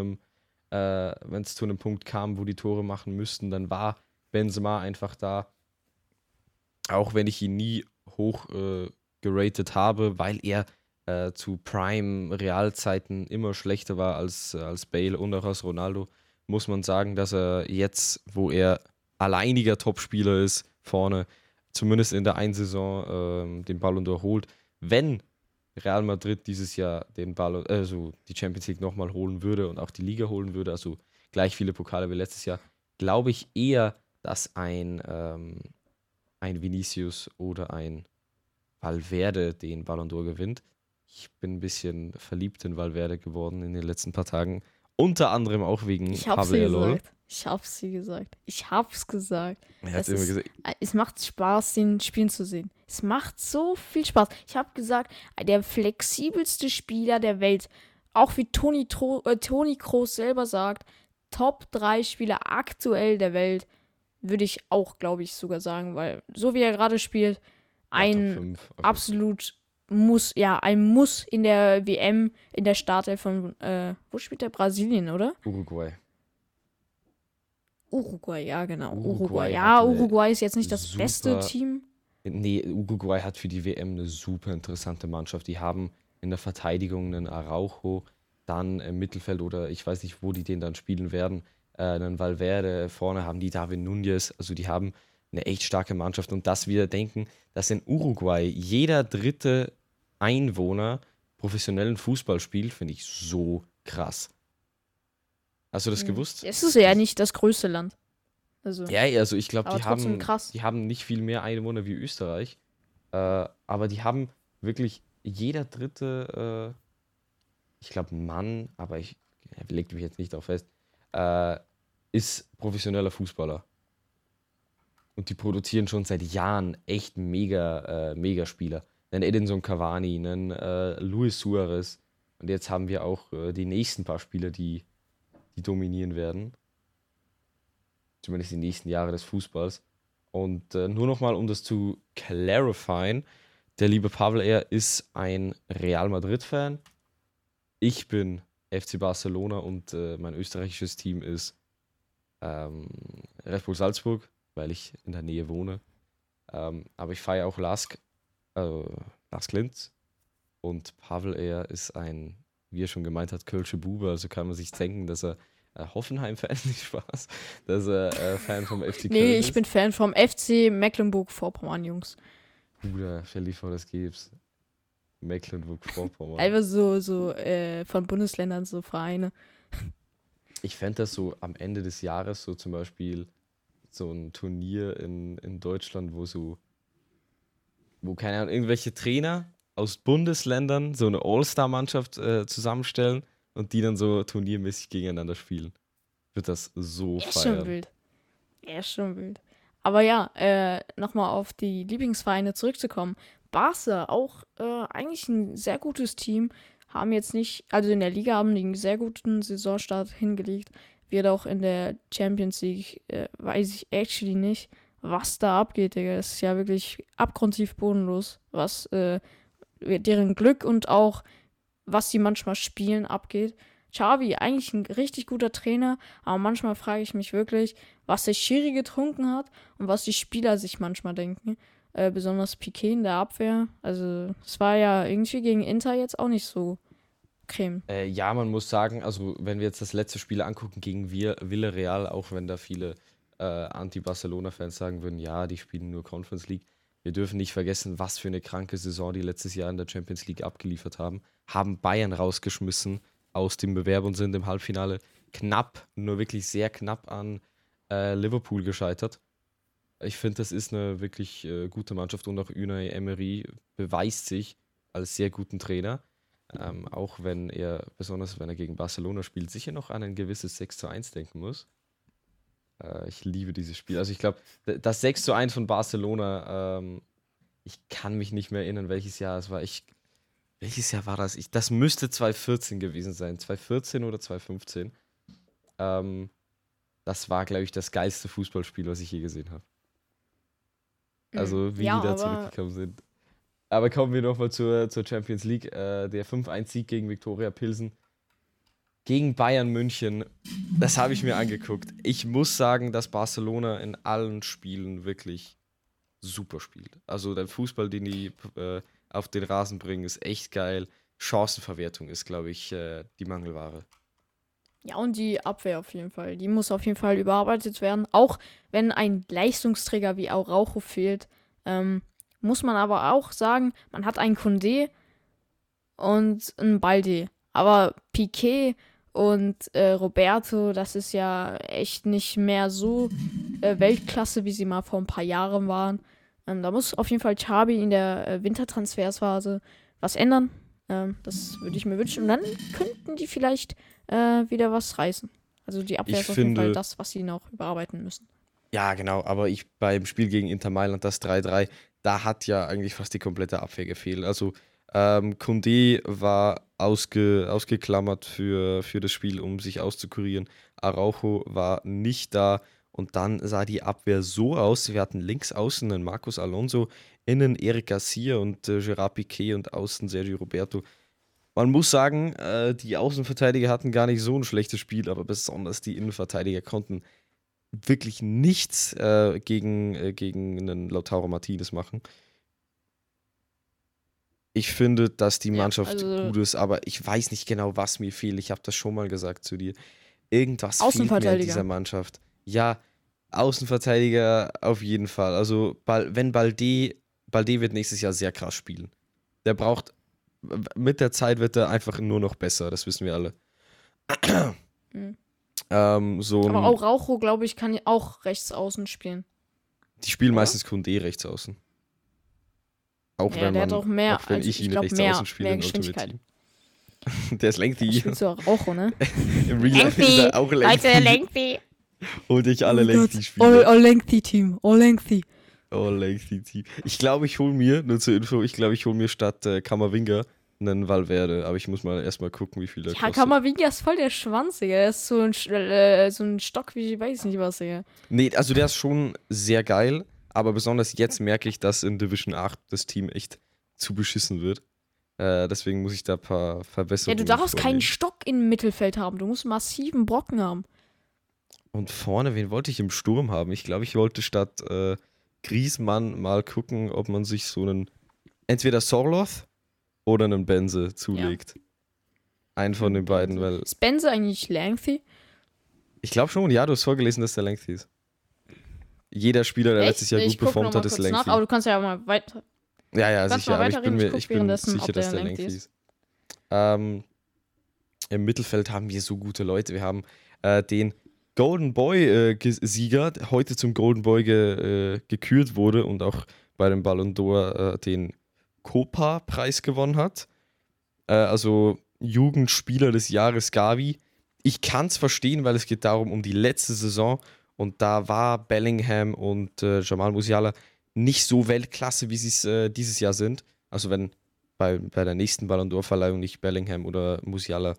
einem Punkt kam, wo die Tore machen müssten, dann war Benzema einfach da. Auch wenn ich ihn nie hoch geratet habe, weil er zu Prime-Realzeiten immer schlechter war als Bale und auch als Ronaldo, muss man sagen, dass er jetzt, wo er alleiniger Topspieler ist, vorne, zumindest in der einen Saison den Ballon d'Or holt. Wenn Real Madrid dieses Jahr also die Champions League nochmal holen würde und auch die Liga holen würde, also gleich viele Pokale wie letztes Jahr, glaube ich eher, dass ein Vinicius oder ein Valverde den Ballon d'Or gewinnt. Ich bin ein bisschen verliebt in Valverde geworden in den letzten paar Tagen. Unter anderem auch wegen Ich hab's Pablo dir Alol. gesagt. Ich hab's gesagt. Er hat Es immer ist- gesagt, Es macht Spaß, den spielen zu sehen. Es macht so viel Spaß. Ich habe gesagt, der flexibelste Spieler der Welt, auch wie Toni Kroos selber sagt, Top 3 Spieler aktuell der Welt, würde ich auch, glaube ich, sogar sagen, weil so wie er gerade spielt, ja, Top ein 5. absolut ein Muss in der WM, in der Startelf von, wo spielt der? Brasilien, oder? Uruguay. Uruguay, ja, genau. Uruguay Ja, hat eine Uruguay ist jetzt nicht das super- beste Team. Nee, Uruguay hat für die WM eine super interessante Mannschaft. Die haben in der Verteidigung einen Araujo, dann im Mittelfeld oder ich weiß nicht, wo die den dann spielen werden, einen Valverde, vorne haben die David Núñez, also die haben eine echt starke Mannschaft und dass wir denken, dass in Uruguay jeder dritte Einwohner professionellen Fußball spielt, finde ich so krass. Hast du das gewusst? Es ist ja nicht das größte Land. Also, Ja, also ich glaube, aber trotzdem krass. die haben nicht viel mehr Einwohner wie Österreich, aber die haben wirklich jeder dritte, ich glaube Mann, aber ich legt mich jetzt nicht darauf fest, äh, ist professioneller Fußballer. Und die produzieren schon seit Jahren echt mega Spieler. Einen Edinson Cavani, einen Luis Suarez. Und jetzt haben wir auch die nächsten paar Spieler, die dominieren werden. Zumindest die nächsten Jahre des Fußballs. Und nur nochmal, um das zu clarifieren, der liebe Pavel, er ist ein Real Madrid-Fan. Ich bin FC Barcelona und mein österreichisches Team ist Red Bull Salzburg, weil ich in der Nähe wohne. Aber ich feiere auch Lars Klintz. Und Pavel, er ist ein, wie er schon gemeint hat, Kölsche Bube. Also kann man sich denken, dass er Hoffenheim-Fan, nicht Spaß, dass er Fan vom FC Köln Nee, ist. ich bin Fan vom FC Mecklenburg-Vorpommern, Jungs. Bruder, stell dir vor, das gibt's. Mecklenburg-Vorpommern. Einfach so von Bundesländern so Vereine. Ich fände das so am Ende des Jahres, so zum Beispiel so ein Turnier in Deutschland, wo keine Ahnung, irgendwelche Trainer aus Bundesländern so eine All-Star-Mannschaft zusammenstellen und die dann so turniermäßig gegeneinander spielen. Wird das so Er ist schon feiern. wild. Er ist schon wild. Aber ja, nochmal auf die Lieblingsvereine zurückzukommen. Barca, auch eigentlich ein sehr gutes Team. Haben jetzt nicht, also in der Liga haben die einen sehr guten Saisonstart hingelegt. Wird auch in der Champions League, weiß ich actually nicht, was da abgeht, Digga. Das ist ja wirklich abgrundtief bodenlos, was deren Glück und auch, was sie manchmal spielen, abgeht. Xavi, eigentlich ein richtig guter Trainer, aber manchmal frage ich mich wirklich, was der Schiri getrunken hat und was die Spieler sich manchmal denken. Besonders Piqué in der Abwehr. Also, es war ja irgendwie gegen Inter jetzt auch nicht so creme. Ja, man muss sagen, also wenn wir jetzt das letzte Spiel angucken gegen Villarreal, auch wenn da viele Anti-Barcelona-Fans sagen würden, ja, die spielen nur Conference League. Wir dürfen nicht vergessen, was für eine kranke Saison die letztes Jahr in der Champions League abgeliefert haben Bayern rausgeschmissen aus dem Bewerb und sind im Halbfinale knapp, nur wirklich sehr knapp an Liverpool gescheitert. Ich finde, das ist eine wirklich gute Mannschaft und auch Unai Emery beweist sich als sehr guten Trainer. Auch wenn er, besonders wenn er gegen Barcelona spielt, sicher noch an ein gewisses 6:1 denken muss. Ich liebe dieses Spiel. Also ich glaube, das 6:1 von Barcelona, ich kann mich nicht mehr erinnern, welches Jahr es war. Welches Jahr war das? Das müsste 2014 gewesen sein. 2014 oder 2015. Das war, glaube ich, das geilste Fußballspiel, was ich je gesehen habe. Also wie Ja, die da aber zurückgekommen sind. Aber kommen wir nochmal zur Champions League. Der 5:1-Sieg gegen Viktoria Pilsen. Gegen Bayern München. Das habe ich mir angeguckt. Ich muss sagen, dass Barcelona in allen Spielen wirklich super spielt. Also der Fußball, den die auf den Rasen bringen, ist echt geil. Chancenverwertung ist, glaube ich, die Mangelware. ja, und die Abwehr auf jeden Fall. Die muss auf jeden Fall überarbeitet werden. Auch wenn ein Leistungsträger wie Araujo fehlt, muss man aber auch sagen, man hat einen Koundé und einen Balde. Aber Piqué und Roberto, das ist ja echt nicht mehr so Weltklasse, wie sie mal vor ein paar Jahren waren. Da muss auf jeden Fall Xabi in der Wintertransfersphase was ändern. Das würde ich mir wünschen. Und dann könnten die vielleicht wieder was reißen. Also die Abwehr Ich ist auf jeden Fall finde, das, was sie noch überarbeiten müssen. ja, genau, aber beim Spiel gegen Inter Mailand, das 3:3, da hat ja eigentlich fast die komplette Abwehr gefehlt. Also Koundé war ausgeklammert für das Spiel, um sich auszukurieren. Araujo war nicht da und dann sah die Abwehr so aus. Wir hatten links außen einen Marcos Alonso, innen Eric Garcia und Gerard Piqué und außen Sergio Roberto. Man muss sagen, die Außenverteidiger hatten gar nicht so ein schlechtes Spiel, aber besonders die Innenverteidiger konnten wirklich nichts gegen einen Lautaro Martinez machen. Ich finde, dass die Ja, Mannschaft also gut ist, aber ich weiß nicht genau, was mir fehlt. Ich habe das schon mal gesagt zu dir. Irgendwas fehlt mir in Außenverteidiger. dieser Mannschaft. Ja, Außenverteidiger auf jeden Fall. Also, wenn Balde wird nächstes Jahr sehr krass spielen. Der braucht, mit der Zeit wird er einfach nur noch besser, das wissen wir alle. Mhm. So Aber ein, auch Araujo, glaube ich, kann auch rechts außen spielen, die spielen oder? meistens Koundé rechts außen. Auch Ja, wenn der hat auch mehr, auch wenn also ich ich ihn glaube rechts außen mehr spiele in Ultimate Geschwindigkeit. Team. Der ist lengthy. Spielst du auch Raucho, ne? Im Real Life ist er auch lengthy. Lengthy. Und ich alle Oh Gott. Lengthy-Spieler. All lengthy Team. All lengthy. Oh, lengthy Team. Ich glaube, ich hole mir, nur zur Info, statt Kamavinga einen Valverde. Aber ich muss mal erstmal gucken, wie viel der Ja, kostet. Kamavinga ist voll der Schwanz, Digga. Der ist so ein Stock wie ich weiß nicht was, Digga. Nee, also der ist schon sehr geil. Aber besonders jetzt merke ich, dass in Division 8 das Team echt zu beschissen wird. Deswegen muss ich da ein paar Ja, Verbesserungen du darfst keinen vornehmen. Stock im Mittelfeld haben. Du musst massiven Brocken haben. Und vorne, wen wollte ich im Sturm haben? Ich glaube, ich wollte statt Griezmann mal gucken, ob man sich so einen entweder Sorloth oder einen Benze zulegt. Einen von den beiden, weil Ist Benze eigentlich lengthy? ich glaube schon, ja, du hast vorgelesen, dass der lengthy ist. Jeder Spieler, der letztes Jahr gut Ich guck performt noch hat, mal ist kurz lengthy. nach, aber du kannst ja mal weiter. Ja, kannst sicher, mal aber ich weiterreden, bin, ich guck ich bin währenddessen, sicher, ob dass der der lengthy lengthy ist. ist. Im Mittelfeld haben wir so gute Leute. Wir haben den Golden Boy-Sieger, der heute zum Golden Boy gekürt wurde und auch bei dem Ballon d'Or den Copa-Preis gewonnen hat. Also Jugendspieler des Jahres Gavi. Ich kann es verstehen, weil es geht darum, um die letzte Saison und da war Bellingham und Jamal Musiala nicht so Weltklasse, wie sie es dieses Jahr sind. Also wenn bei der nächsten Ballon d'Or-Verleihung nicht Bellingham oder Musiala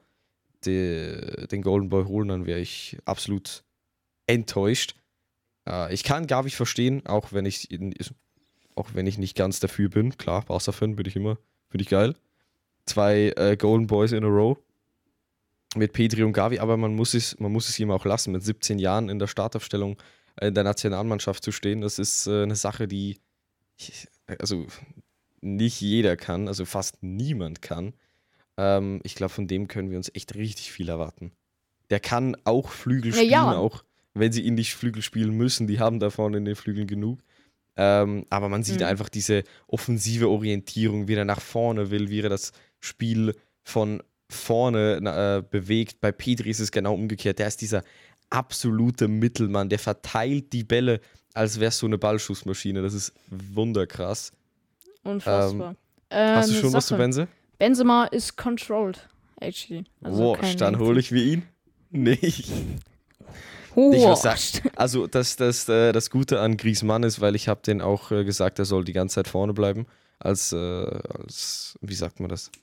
den Golden Boy holen, dann wäre ich absolut enttäuscht. Ich kann Gavi verstehen, auch wenn ich nicht ganz dafür bin. Klar, Barca-Fan bin ich immer. Finde ich geil. 2 Golden Boys in a row mit Pedri und Gavi, aber man muss es ihm auch lassen, mit 17 Jahren in der Startaufstellung in der Nationalmannschaft zu stehen. Das ist eine Sache, die also nicht jeder kann, also fast niemand kann. Ich glaube, von dem können wir uns echt richtig viel erwarten. Der kann auch Flügel spielen, Ja. auch wenn sie ihn nicht Flügel spielen müssen. Die haben da vorne in den Flügeln genug. Aber man sieht einfach diese offensive Orientierung, wie er nach vorne will, wie er das Spiel von vorne bewegt. Bei Pedri ist es genau umgekehrt. Der ist dieser absolute Mittelmann. Der verteilt die Bälle, als wäre es so eine Ballschussmaschine. Das ist wunderkrass. Unfassbar. Hast du eine schon was zu Sache. Benze? Benzema ist controlled, actually. Also kein Dann lengthy. hole ich mir ihn. Nicht. Oh, Ich muss sagen, also das Gute an Griezmann ist, weil ich habe den auch gesagt, er soll die ganze Zeit vorne bleiben, als wie sagt man das?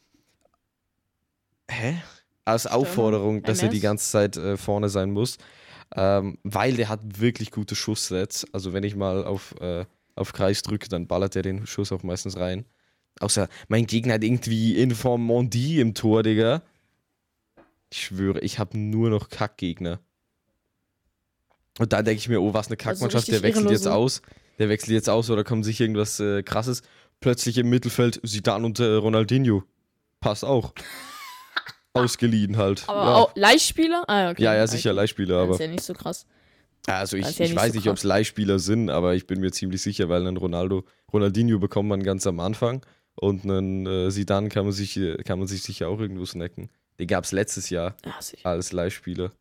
Als Aufforderung, dass er die MS? ganze Zeit vorne sein muss, weil der hat wirklich gute Schusssets. Also wenn ich mal auf Kreis drücke, dann ballert er den Schuss auch meistens rein. Außer mein Gegner hat irgendwie in Form Mondi im Tor, Digga. Ich schwöre, ich habe nur noch Kackgegner. Und da denke ich mir, oh, was eine Kackmannschaft, richtig der wechselt jetzt ehrenlose. aus. Der wechselt jetzt aus oder kommt sich irgendwas Krasses. Plötzlich im Mittelfeld Zidane und Ronaldinho. Passt auch. Ausgeliehen halt. aber Ja. auch Leihspieler? Ah, okay. Ja, sicher, Leihspieler, Das aber. ist ja nicht so krass. Also ich das ist ja nicht weiß so nicht, ob es krass. Leihspieler sind, aber ich bin mir ziemlich sicher, weil einen Ronaldinho bekommt man ganz am Anfang und einen Zidane kann man sich sicher auch irgendwo snacken. Den gab es letztes Jahr Ja, sicher. als Leihspieler.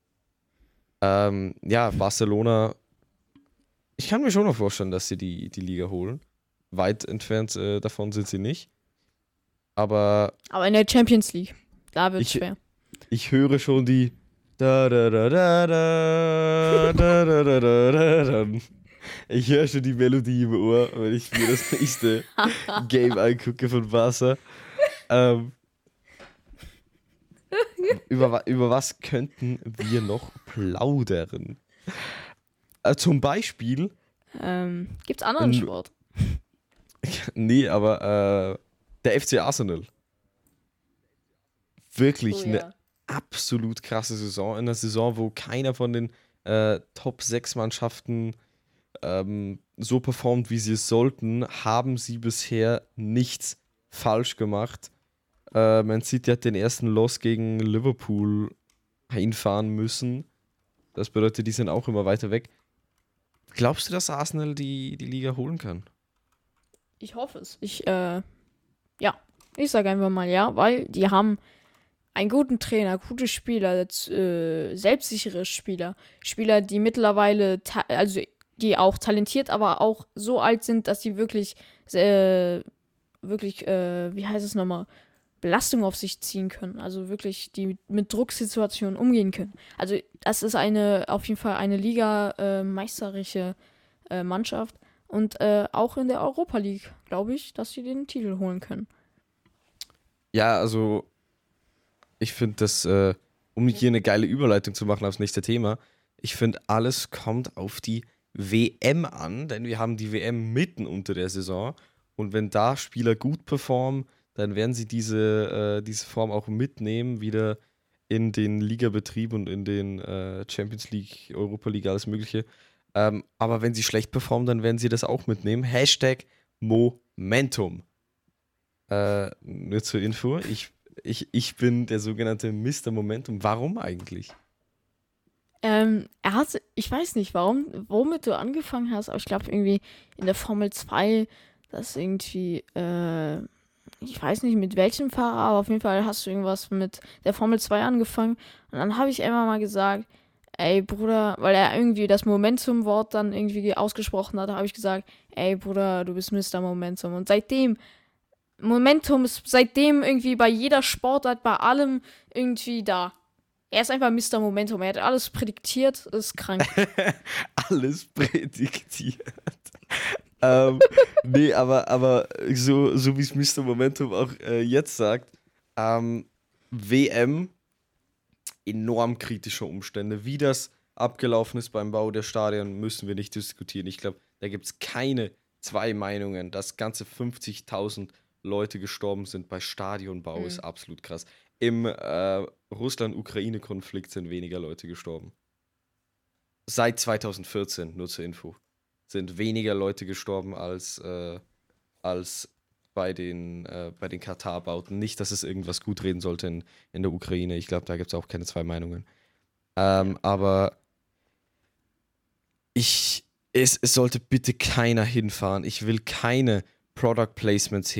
Barcelona. Ich kann mir schon noch vorstellen, dass sie die Liga holen. Weit entfernt davon sind sie nicht. Aber Aber in der Champions League, da wird es Ich- schwer. ich höre schon die da da da da da da da da da da da. Ich höre schon die Melodie im Ohr, wenn ich mir das nächste Game angucke von Barca. Über was könnten wir noch plaudern? Zum Beispiel, Gibt's anderen Ähm, Sport? nee, aber der FC Arsenal. Wirklich eine absolut krasse Saison. In einer Saison, wo keiner von den Top 6 Mannschaften so performt, wie sie es sollten, haben sie bisher nichts falsch gemacht. Man City hat den ersten Loss gegen Liverpool einfahren müssen. Das bedeutet, die sind auch immer weiter weg. Glaubst du, dass Arsenal die Liga holen kann? Ich hoffe es. Ich sage einfach mal ja, weil die haben einen guten Trainer, gute Spieler, selbstsichere Spieler, Spieler, die mittlerweile, die auch talentiert, aber auch so alt sind, dass sie wirklich, wie heißt es nochmal, Belastung auf sich ziehen können. Also wirklich, die mit Drucksituationen umgehen können. Also das ist auf jeden Fall eine Liga meisterliche Mannschaft. Und auch in der Europa League, glaube ich, dass sie den Titel holen können. Ja, also ich finde das, um hier eine geile Überleitung zu machen aufs nächste Thema, ich finde, alles kommt auf die WM an, denn wir haben die WM mitten unter der Saison und wenn da Spieler gut performen, dann werden sie diese Form auch mitnehmen, wieder in den Ligabetrieb und in den Champions League, Europa League, alles Mögliche. Aber wenn sie schlecht performen, dann werden sie das auch mitnehmen. Hashtag Momentum. Nur zur Info, ich bin der sogenannte Mr. Momentum. Warum eigentlich? Ich weiß nicht, womit du angefangen hast, aber ich glaube irgendwie in der Formel 2, dass irgendwie, ich weiß nicht mit welchem Fahrer, aber auf jeden Fall hast du irgendwas mit der Formel 2 angefangen. Und dann habe ich einfach mal gesagt, ey Bruder, weil er irgendwie das Momentum-Wort dann irgendwie ausgesprochen hat, habe ich gesagt, ey Bruder, du bist Mr. Momentum. Und Momentum ist seitdem irgendwie bei jeder Sportart, bei allem irgendwie da. Er ist einfach Mr. Momentum. Er hat alles prädiktiert, ist krank. Alles prädiktiert. Nee, aber so wie es Mr. Momentum auch jetzt sagt, WM, enorm kritische Umstände. Wie das abgelaufen ist beim Bau der Stadien, müssen wir nicht diskutieren. Ich glaube, da gibt es keine zwei Meinungen. Dass ganze 50.000 Leute gestorben sind bei Stadionbau, ist absolut krass. Im Russland-Ukraine-Konflikt sind weniger Leute gestorben. Seit 2014, nur zur Info, sind weniger Leute gestorben als bei den Katar-Bauten. Nicht, dass es irgendwas gut reden sollte in der Ukraine. Ich glaube, da gibt es auch keine zwei Meinungen. Aber es sollte bitte keiner hinfahren. Ich will keine Product Placements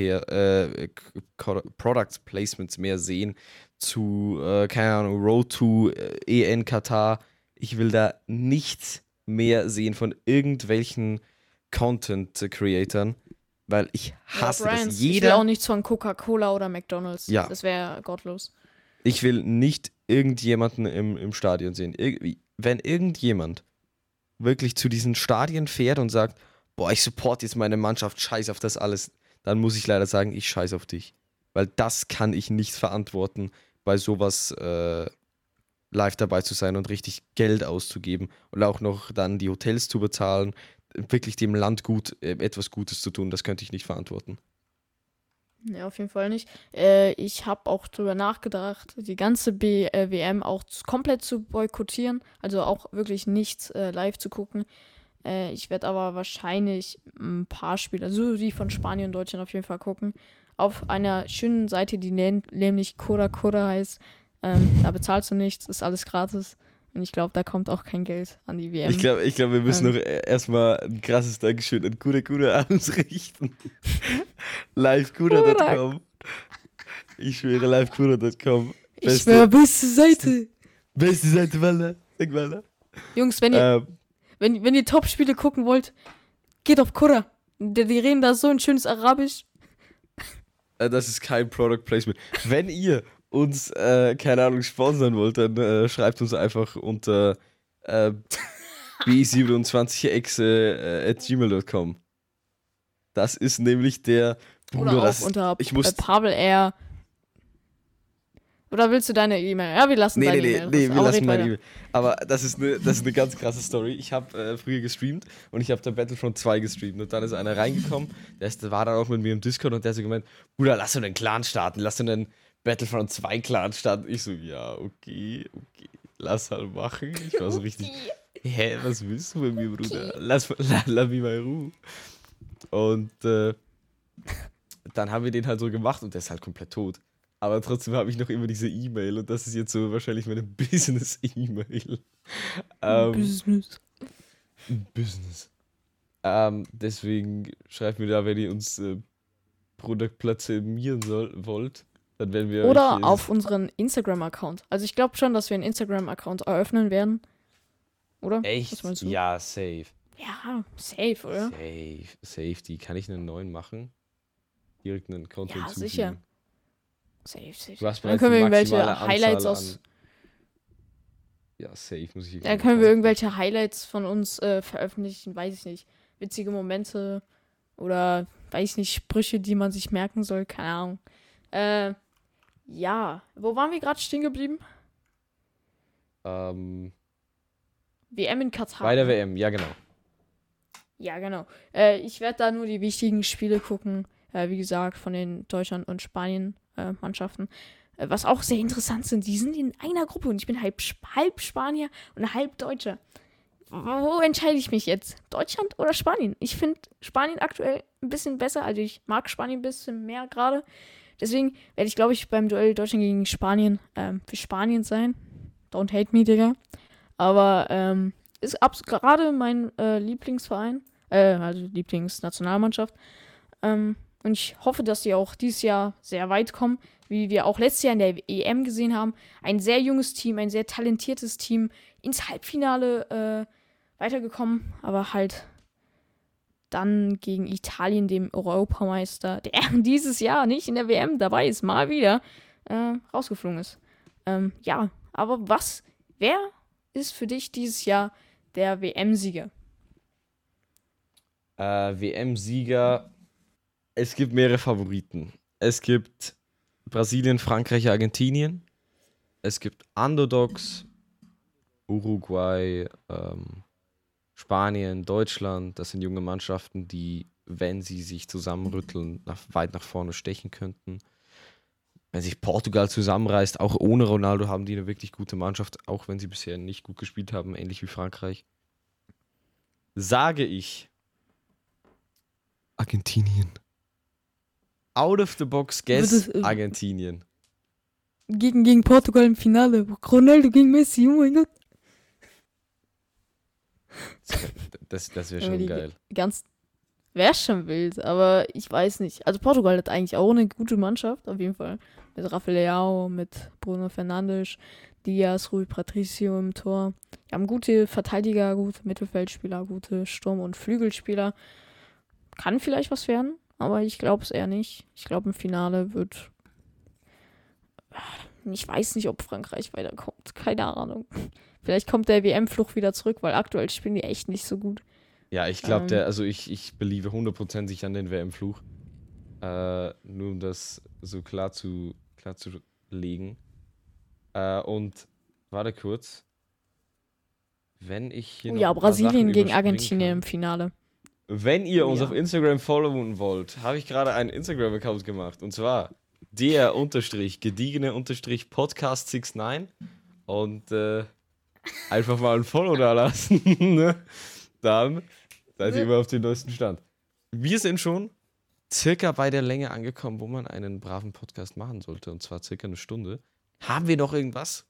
mehr sehen zu, keine Ahnung, Road to EN Katar. Ich will da nichts mehr sehen von irgendwelchen Content-Creatern, weil ich hasse das. Ich will auch nichts von Coca-Cola oder McDonald's. Ja. Das wäre gottlos. Ich will nicht irgendjemanden im Stadion sehen. Wenn irgendjemand wirklich zu diesen Stadien fährt und sagt, boah, ich support jetzt meine Mannschaft, scheiß auf das alles, dann muss ich leider sagen, ich scheiß auf dich. Weil das kann ich nicht verantworten, bei sowas live dabei zu sein und richtig Geld auszugeben und auch noch dann die Hotels zu bezahlen, wirklich dem Land etwas Gutes zu tun, das könnte ich nicht verantworten. Ja, auf jeden Fall nicht. Ich habe auch drüber nachgedacht, die ganze WM auch komplett zu boykottieren, also auch wirklich nichts live zu gucken. Ich werde aber wahrscheinlich ein paar Spiele, also die von Spanien und Deutschland auf jeden Fall gucken. Auf einer schönen Seite, die nämlich Cora Cora heißt. Da bezahlst du nichts, ist alles gratis. Und ich glaube, da kommt auch kein Geld an die WM. Ich glaube, wir müssen noch erstmal ein krasses Dankeschön an Kura Kura ausrichten. Livekura.com. Ich schwöre, livekura.com. Ich schwöre, beste Seite. Beste Seite, Walla. Sag Walla. Jungs, wenn ihr Top-Spiele gucken wollt, geht auf Kura. Die reden da so ein schönes Arabisch. Das ist kein Product Placement. Wenn ihr uns, keine Ahnung, sponsern wollt, dann schreibt uns einfach unter b27exe@gmail.com. Das ist nämlich der Bruder. Oder auch unter Pavel R. Oder willst du deine E-Mail? Ja, wir lassen deine E-Mail. Nee, wir lassen meine E-Mail. Aber das ist eine ganz krasse Story. Ich habe früher gestreamt und ich habe da Battlefront 2 gestreamt und dann ist einer reingekommen, der war dann auch mit mir im Discord und der hat so gemeint, Bruder, lass uns einen Clan starten, lass uns einen Battlefront 2 Clan starten. Ich so, ja, okay, lass halt machen. Ich war so richtig, hä, was willst du mit mir, Bruder? Lass mich mal in Ruhe. Und dann haben wir den halt so gemacht und der ist halt komplett tot. Aber trotzdem habe ich noch immer diese E-Mail und das ist jetzt so wahrscheinlich meine Business-E-Mail. Business. Deswegen schreibt mir da, wenn ihr uns Product platzieren wollt, dann werden wir oder auf unseren Instagram-Account. Also ich glaube schon, dass wir einen Instagram-Account eröffnen werden. Oder? Echt? Was meinst du? Ja, safe. Ja, safe, oder? Safe. Die kann ich einen neuen machen? Direkt einen Account Ja, hinzufügen. sicher. Safe. Du hast Dann bereits können die wir irgendwelche maximale Highlights Anzahl aus. an. Ja, safe muss ich hier Dann gerade können wir nachgucken. irgendwelche Highlights von uns veröffentlichen, weiß ich nicht. Witzige Momente oder weiß ich nicht, Sprüche, die man sich merken soll, keine Ahnung. Ja, wo waren wir gerade stehen geblieben? Ähm, WM in Katar. bei der Ne? WM, ja genau. Ja, genau. Ich werde da nur die wichtigen Spiele gucken. Wie gesagt, von den Deutschland- und Spanien-Mannschaften. Was auch sehr interessant sind. Die sind in einer Gruppe und ich bin halb Spanier und halb Deutscher. Wo entscheide ich mich jetzt? Deutschland oder Spanien? Ich finde Spanien aktuell ein bisschen besser. Also ich mag Spanien ein bisschen mehr gerade. Deswegen werde ich, glaube ich, beim Duell Deutschland gegen Spanien für Spanien sein. Don't hate me, Digga. Aber ist gerade mein Lieblingsverein. Also Lieblingsnationalmannschaft. Und ich hoffe, dass die auch dieses Jahr sehr weit kommen, wie wir auch letztes Jahr in der EM gesehen haben. Ein sehr junges Team, ein sehr talentiertes Team ins Halbfinale weitergekommen, aber halt dann gegen Italien, dem Europameister, der dieses Jahr nicht in der WM dabei ist, mal wieder rausgeflogen ist. Ja, aber wer ist für dich dieses Jahr der WM-Sieger? WM-Sieger, es gibt mehrere Favoriten. Es gibt Brasilien, Frankreich, Argentinien. Es gibt Underdogs, Uruguay, Spanien, Deutschland. Das sind junge Mannschaften, die, wenn sie sich zusammenrütteln, weit nach vorne stechen könnten. Wenn sich Portugal zusammenreißt, auch ohne Ronaldo, haben die eine wirklich gute Mannschaft, auch wenn sie bisher nicht gut gespielt haben, ähnlich wie Frankreich. Sage ich Argentinien. Out of the box guess Argentinien. Gegen Portugal im Finale. Ronaldo gegen Messi, oh mein Gott. Das wäre schon geil. Wäre schon wild, aber ich weiß nicht. Also Portugal hat eigentlich auch eine gute Mannschaft, auf jeden Fall. Mit Rafael Leao, mit Bruno Fernandes, Diaz, Rui Patricio im Tor. Die haben gute Verteidiger, gute Mittelfeldspieler, gute Sturm- und Flügelspieler. Kann vielleicht was werden, aber ich glaube es eher nicht. Ich glaube, im Finale wird. Ich weiß nicht, ob Frankreich weiterkommt. Keine Ahnung. Vielleicht kommt der WM-Fluch wieder zurück, weil aktuell spielen die echt nicht so gut. Ja, ich glaube, ich beliebe 100% an den WM-Fluch. Nur um das so klar zu legen. Und warte kurz. Wenn ich hier noch ein paar Brasilien Sachen gegen überspringen Argentinien kann. im Finale. Wenn ihr uns Ja. auf Instagram followen wollt, habe ich gerade einen Instagram-Account gemacht. Und zwar der_gediegene_podcast69. Und einfach mal ein Follow da lassen. Ne? Dann seid ihr immer auf dem neuesten Stand. Wir sind schon circa bei der Länge angekommen, wo man einen braven Podcast machen sollte. Und zwar circa eine Stunde. Haben wir noch irgendwas?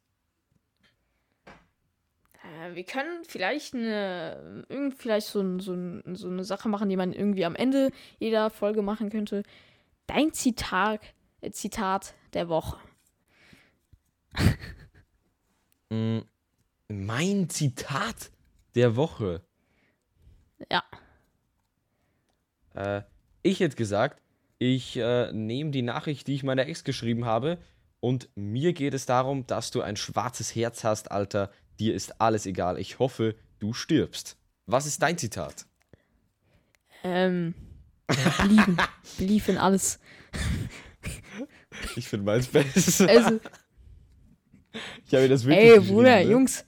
Wir können vielleicht so eine Sache machen, die man irgendwie am Ende jeder Folge machen könnte. Dein Zitat der Woche. Mein Zitat der Woche. Ja. Ich hätte gesagt, ich nehme die Nachricht, die ich meiner Ex geschrieben habe, und mir geht es darum, dass du ein schwarzes Herz hast, Alter. Dir ist alles egal. Ich hoffe, du stirbst. Was ist dein Zitat? Believe in alles. Ich finde meins besser. Also, Ich habe mir das wirklich geschrieben, Bruder, ne? Jungs.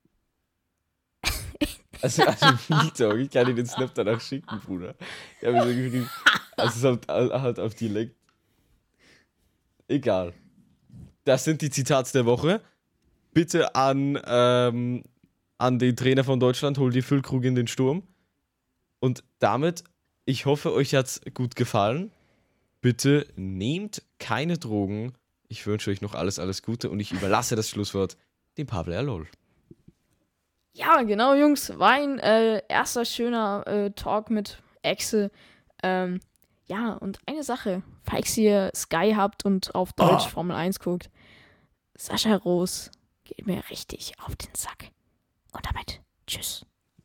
Also Vito, ich kann dir den Snap danach schicken, Bruder. Ich habe mir so geschrieben, also es ist halt auf Dialekt. Egal. Das sind die Zitats der Woche. Bitte an den Trainer von Deutschland, hol die Füllkrug in den Sturm. Und damit, ich hoffe, euch hat's gut gefallen. Bitte nehmt keine Drogen. Ich wünsche euch noch alles Gute und ich überlasse das Schlusswort dem Pablo Alol. Ja, genau, Jungs. War ein erster schöner Talk mit Exe. Ja, und eine Sache. Falls ihr Sky habt und auf Deutsch Formel 1 guckt. Sascha Roos geht mir richtig auf den Sack. Und damit, tschüss.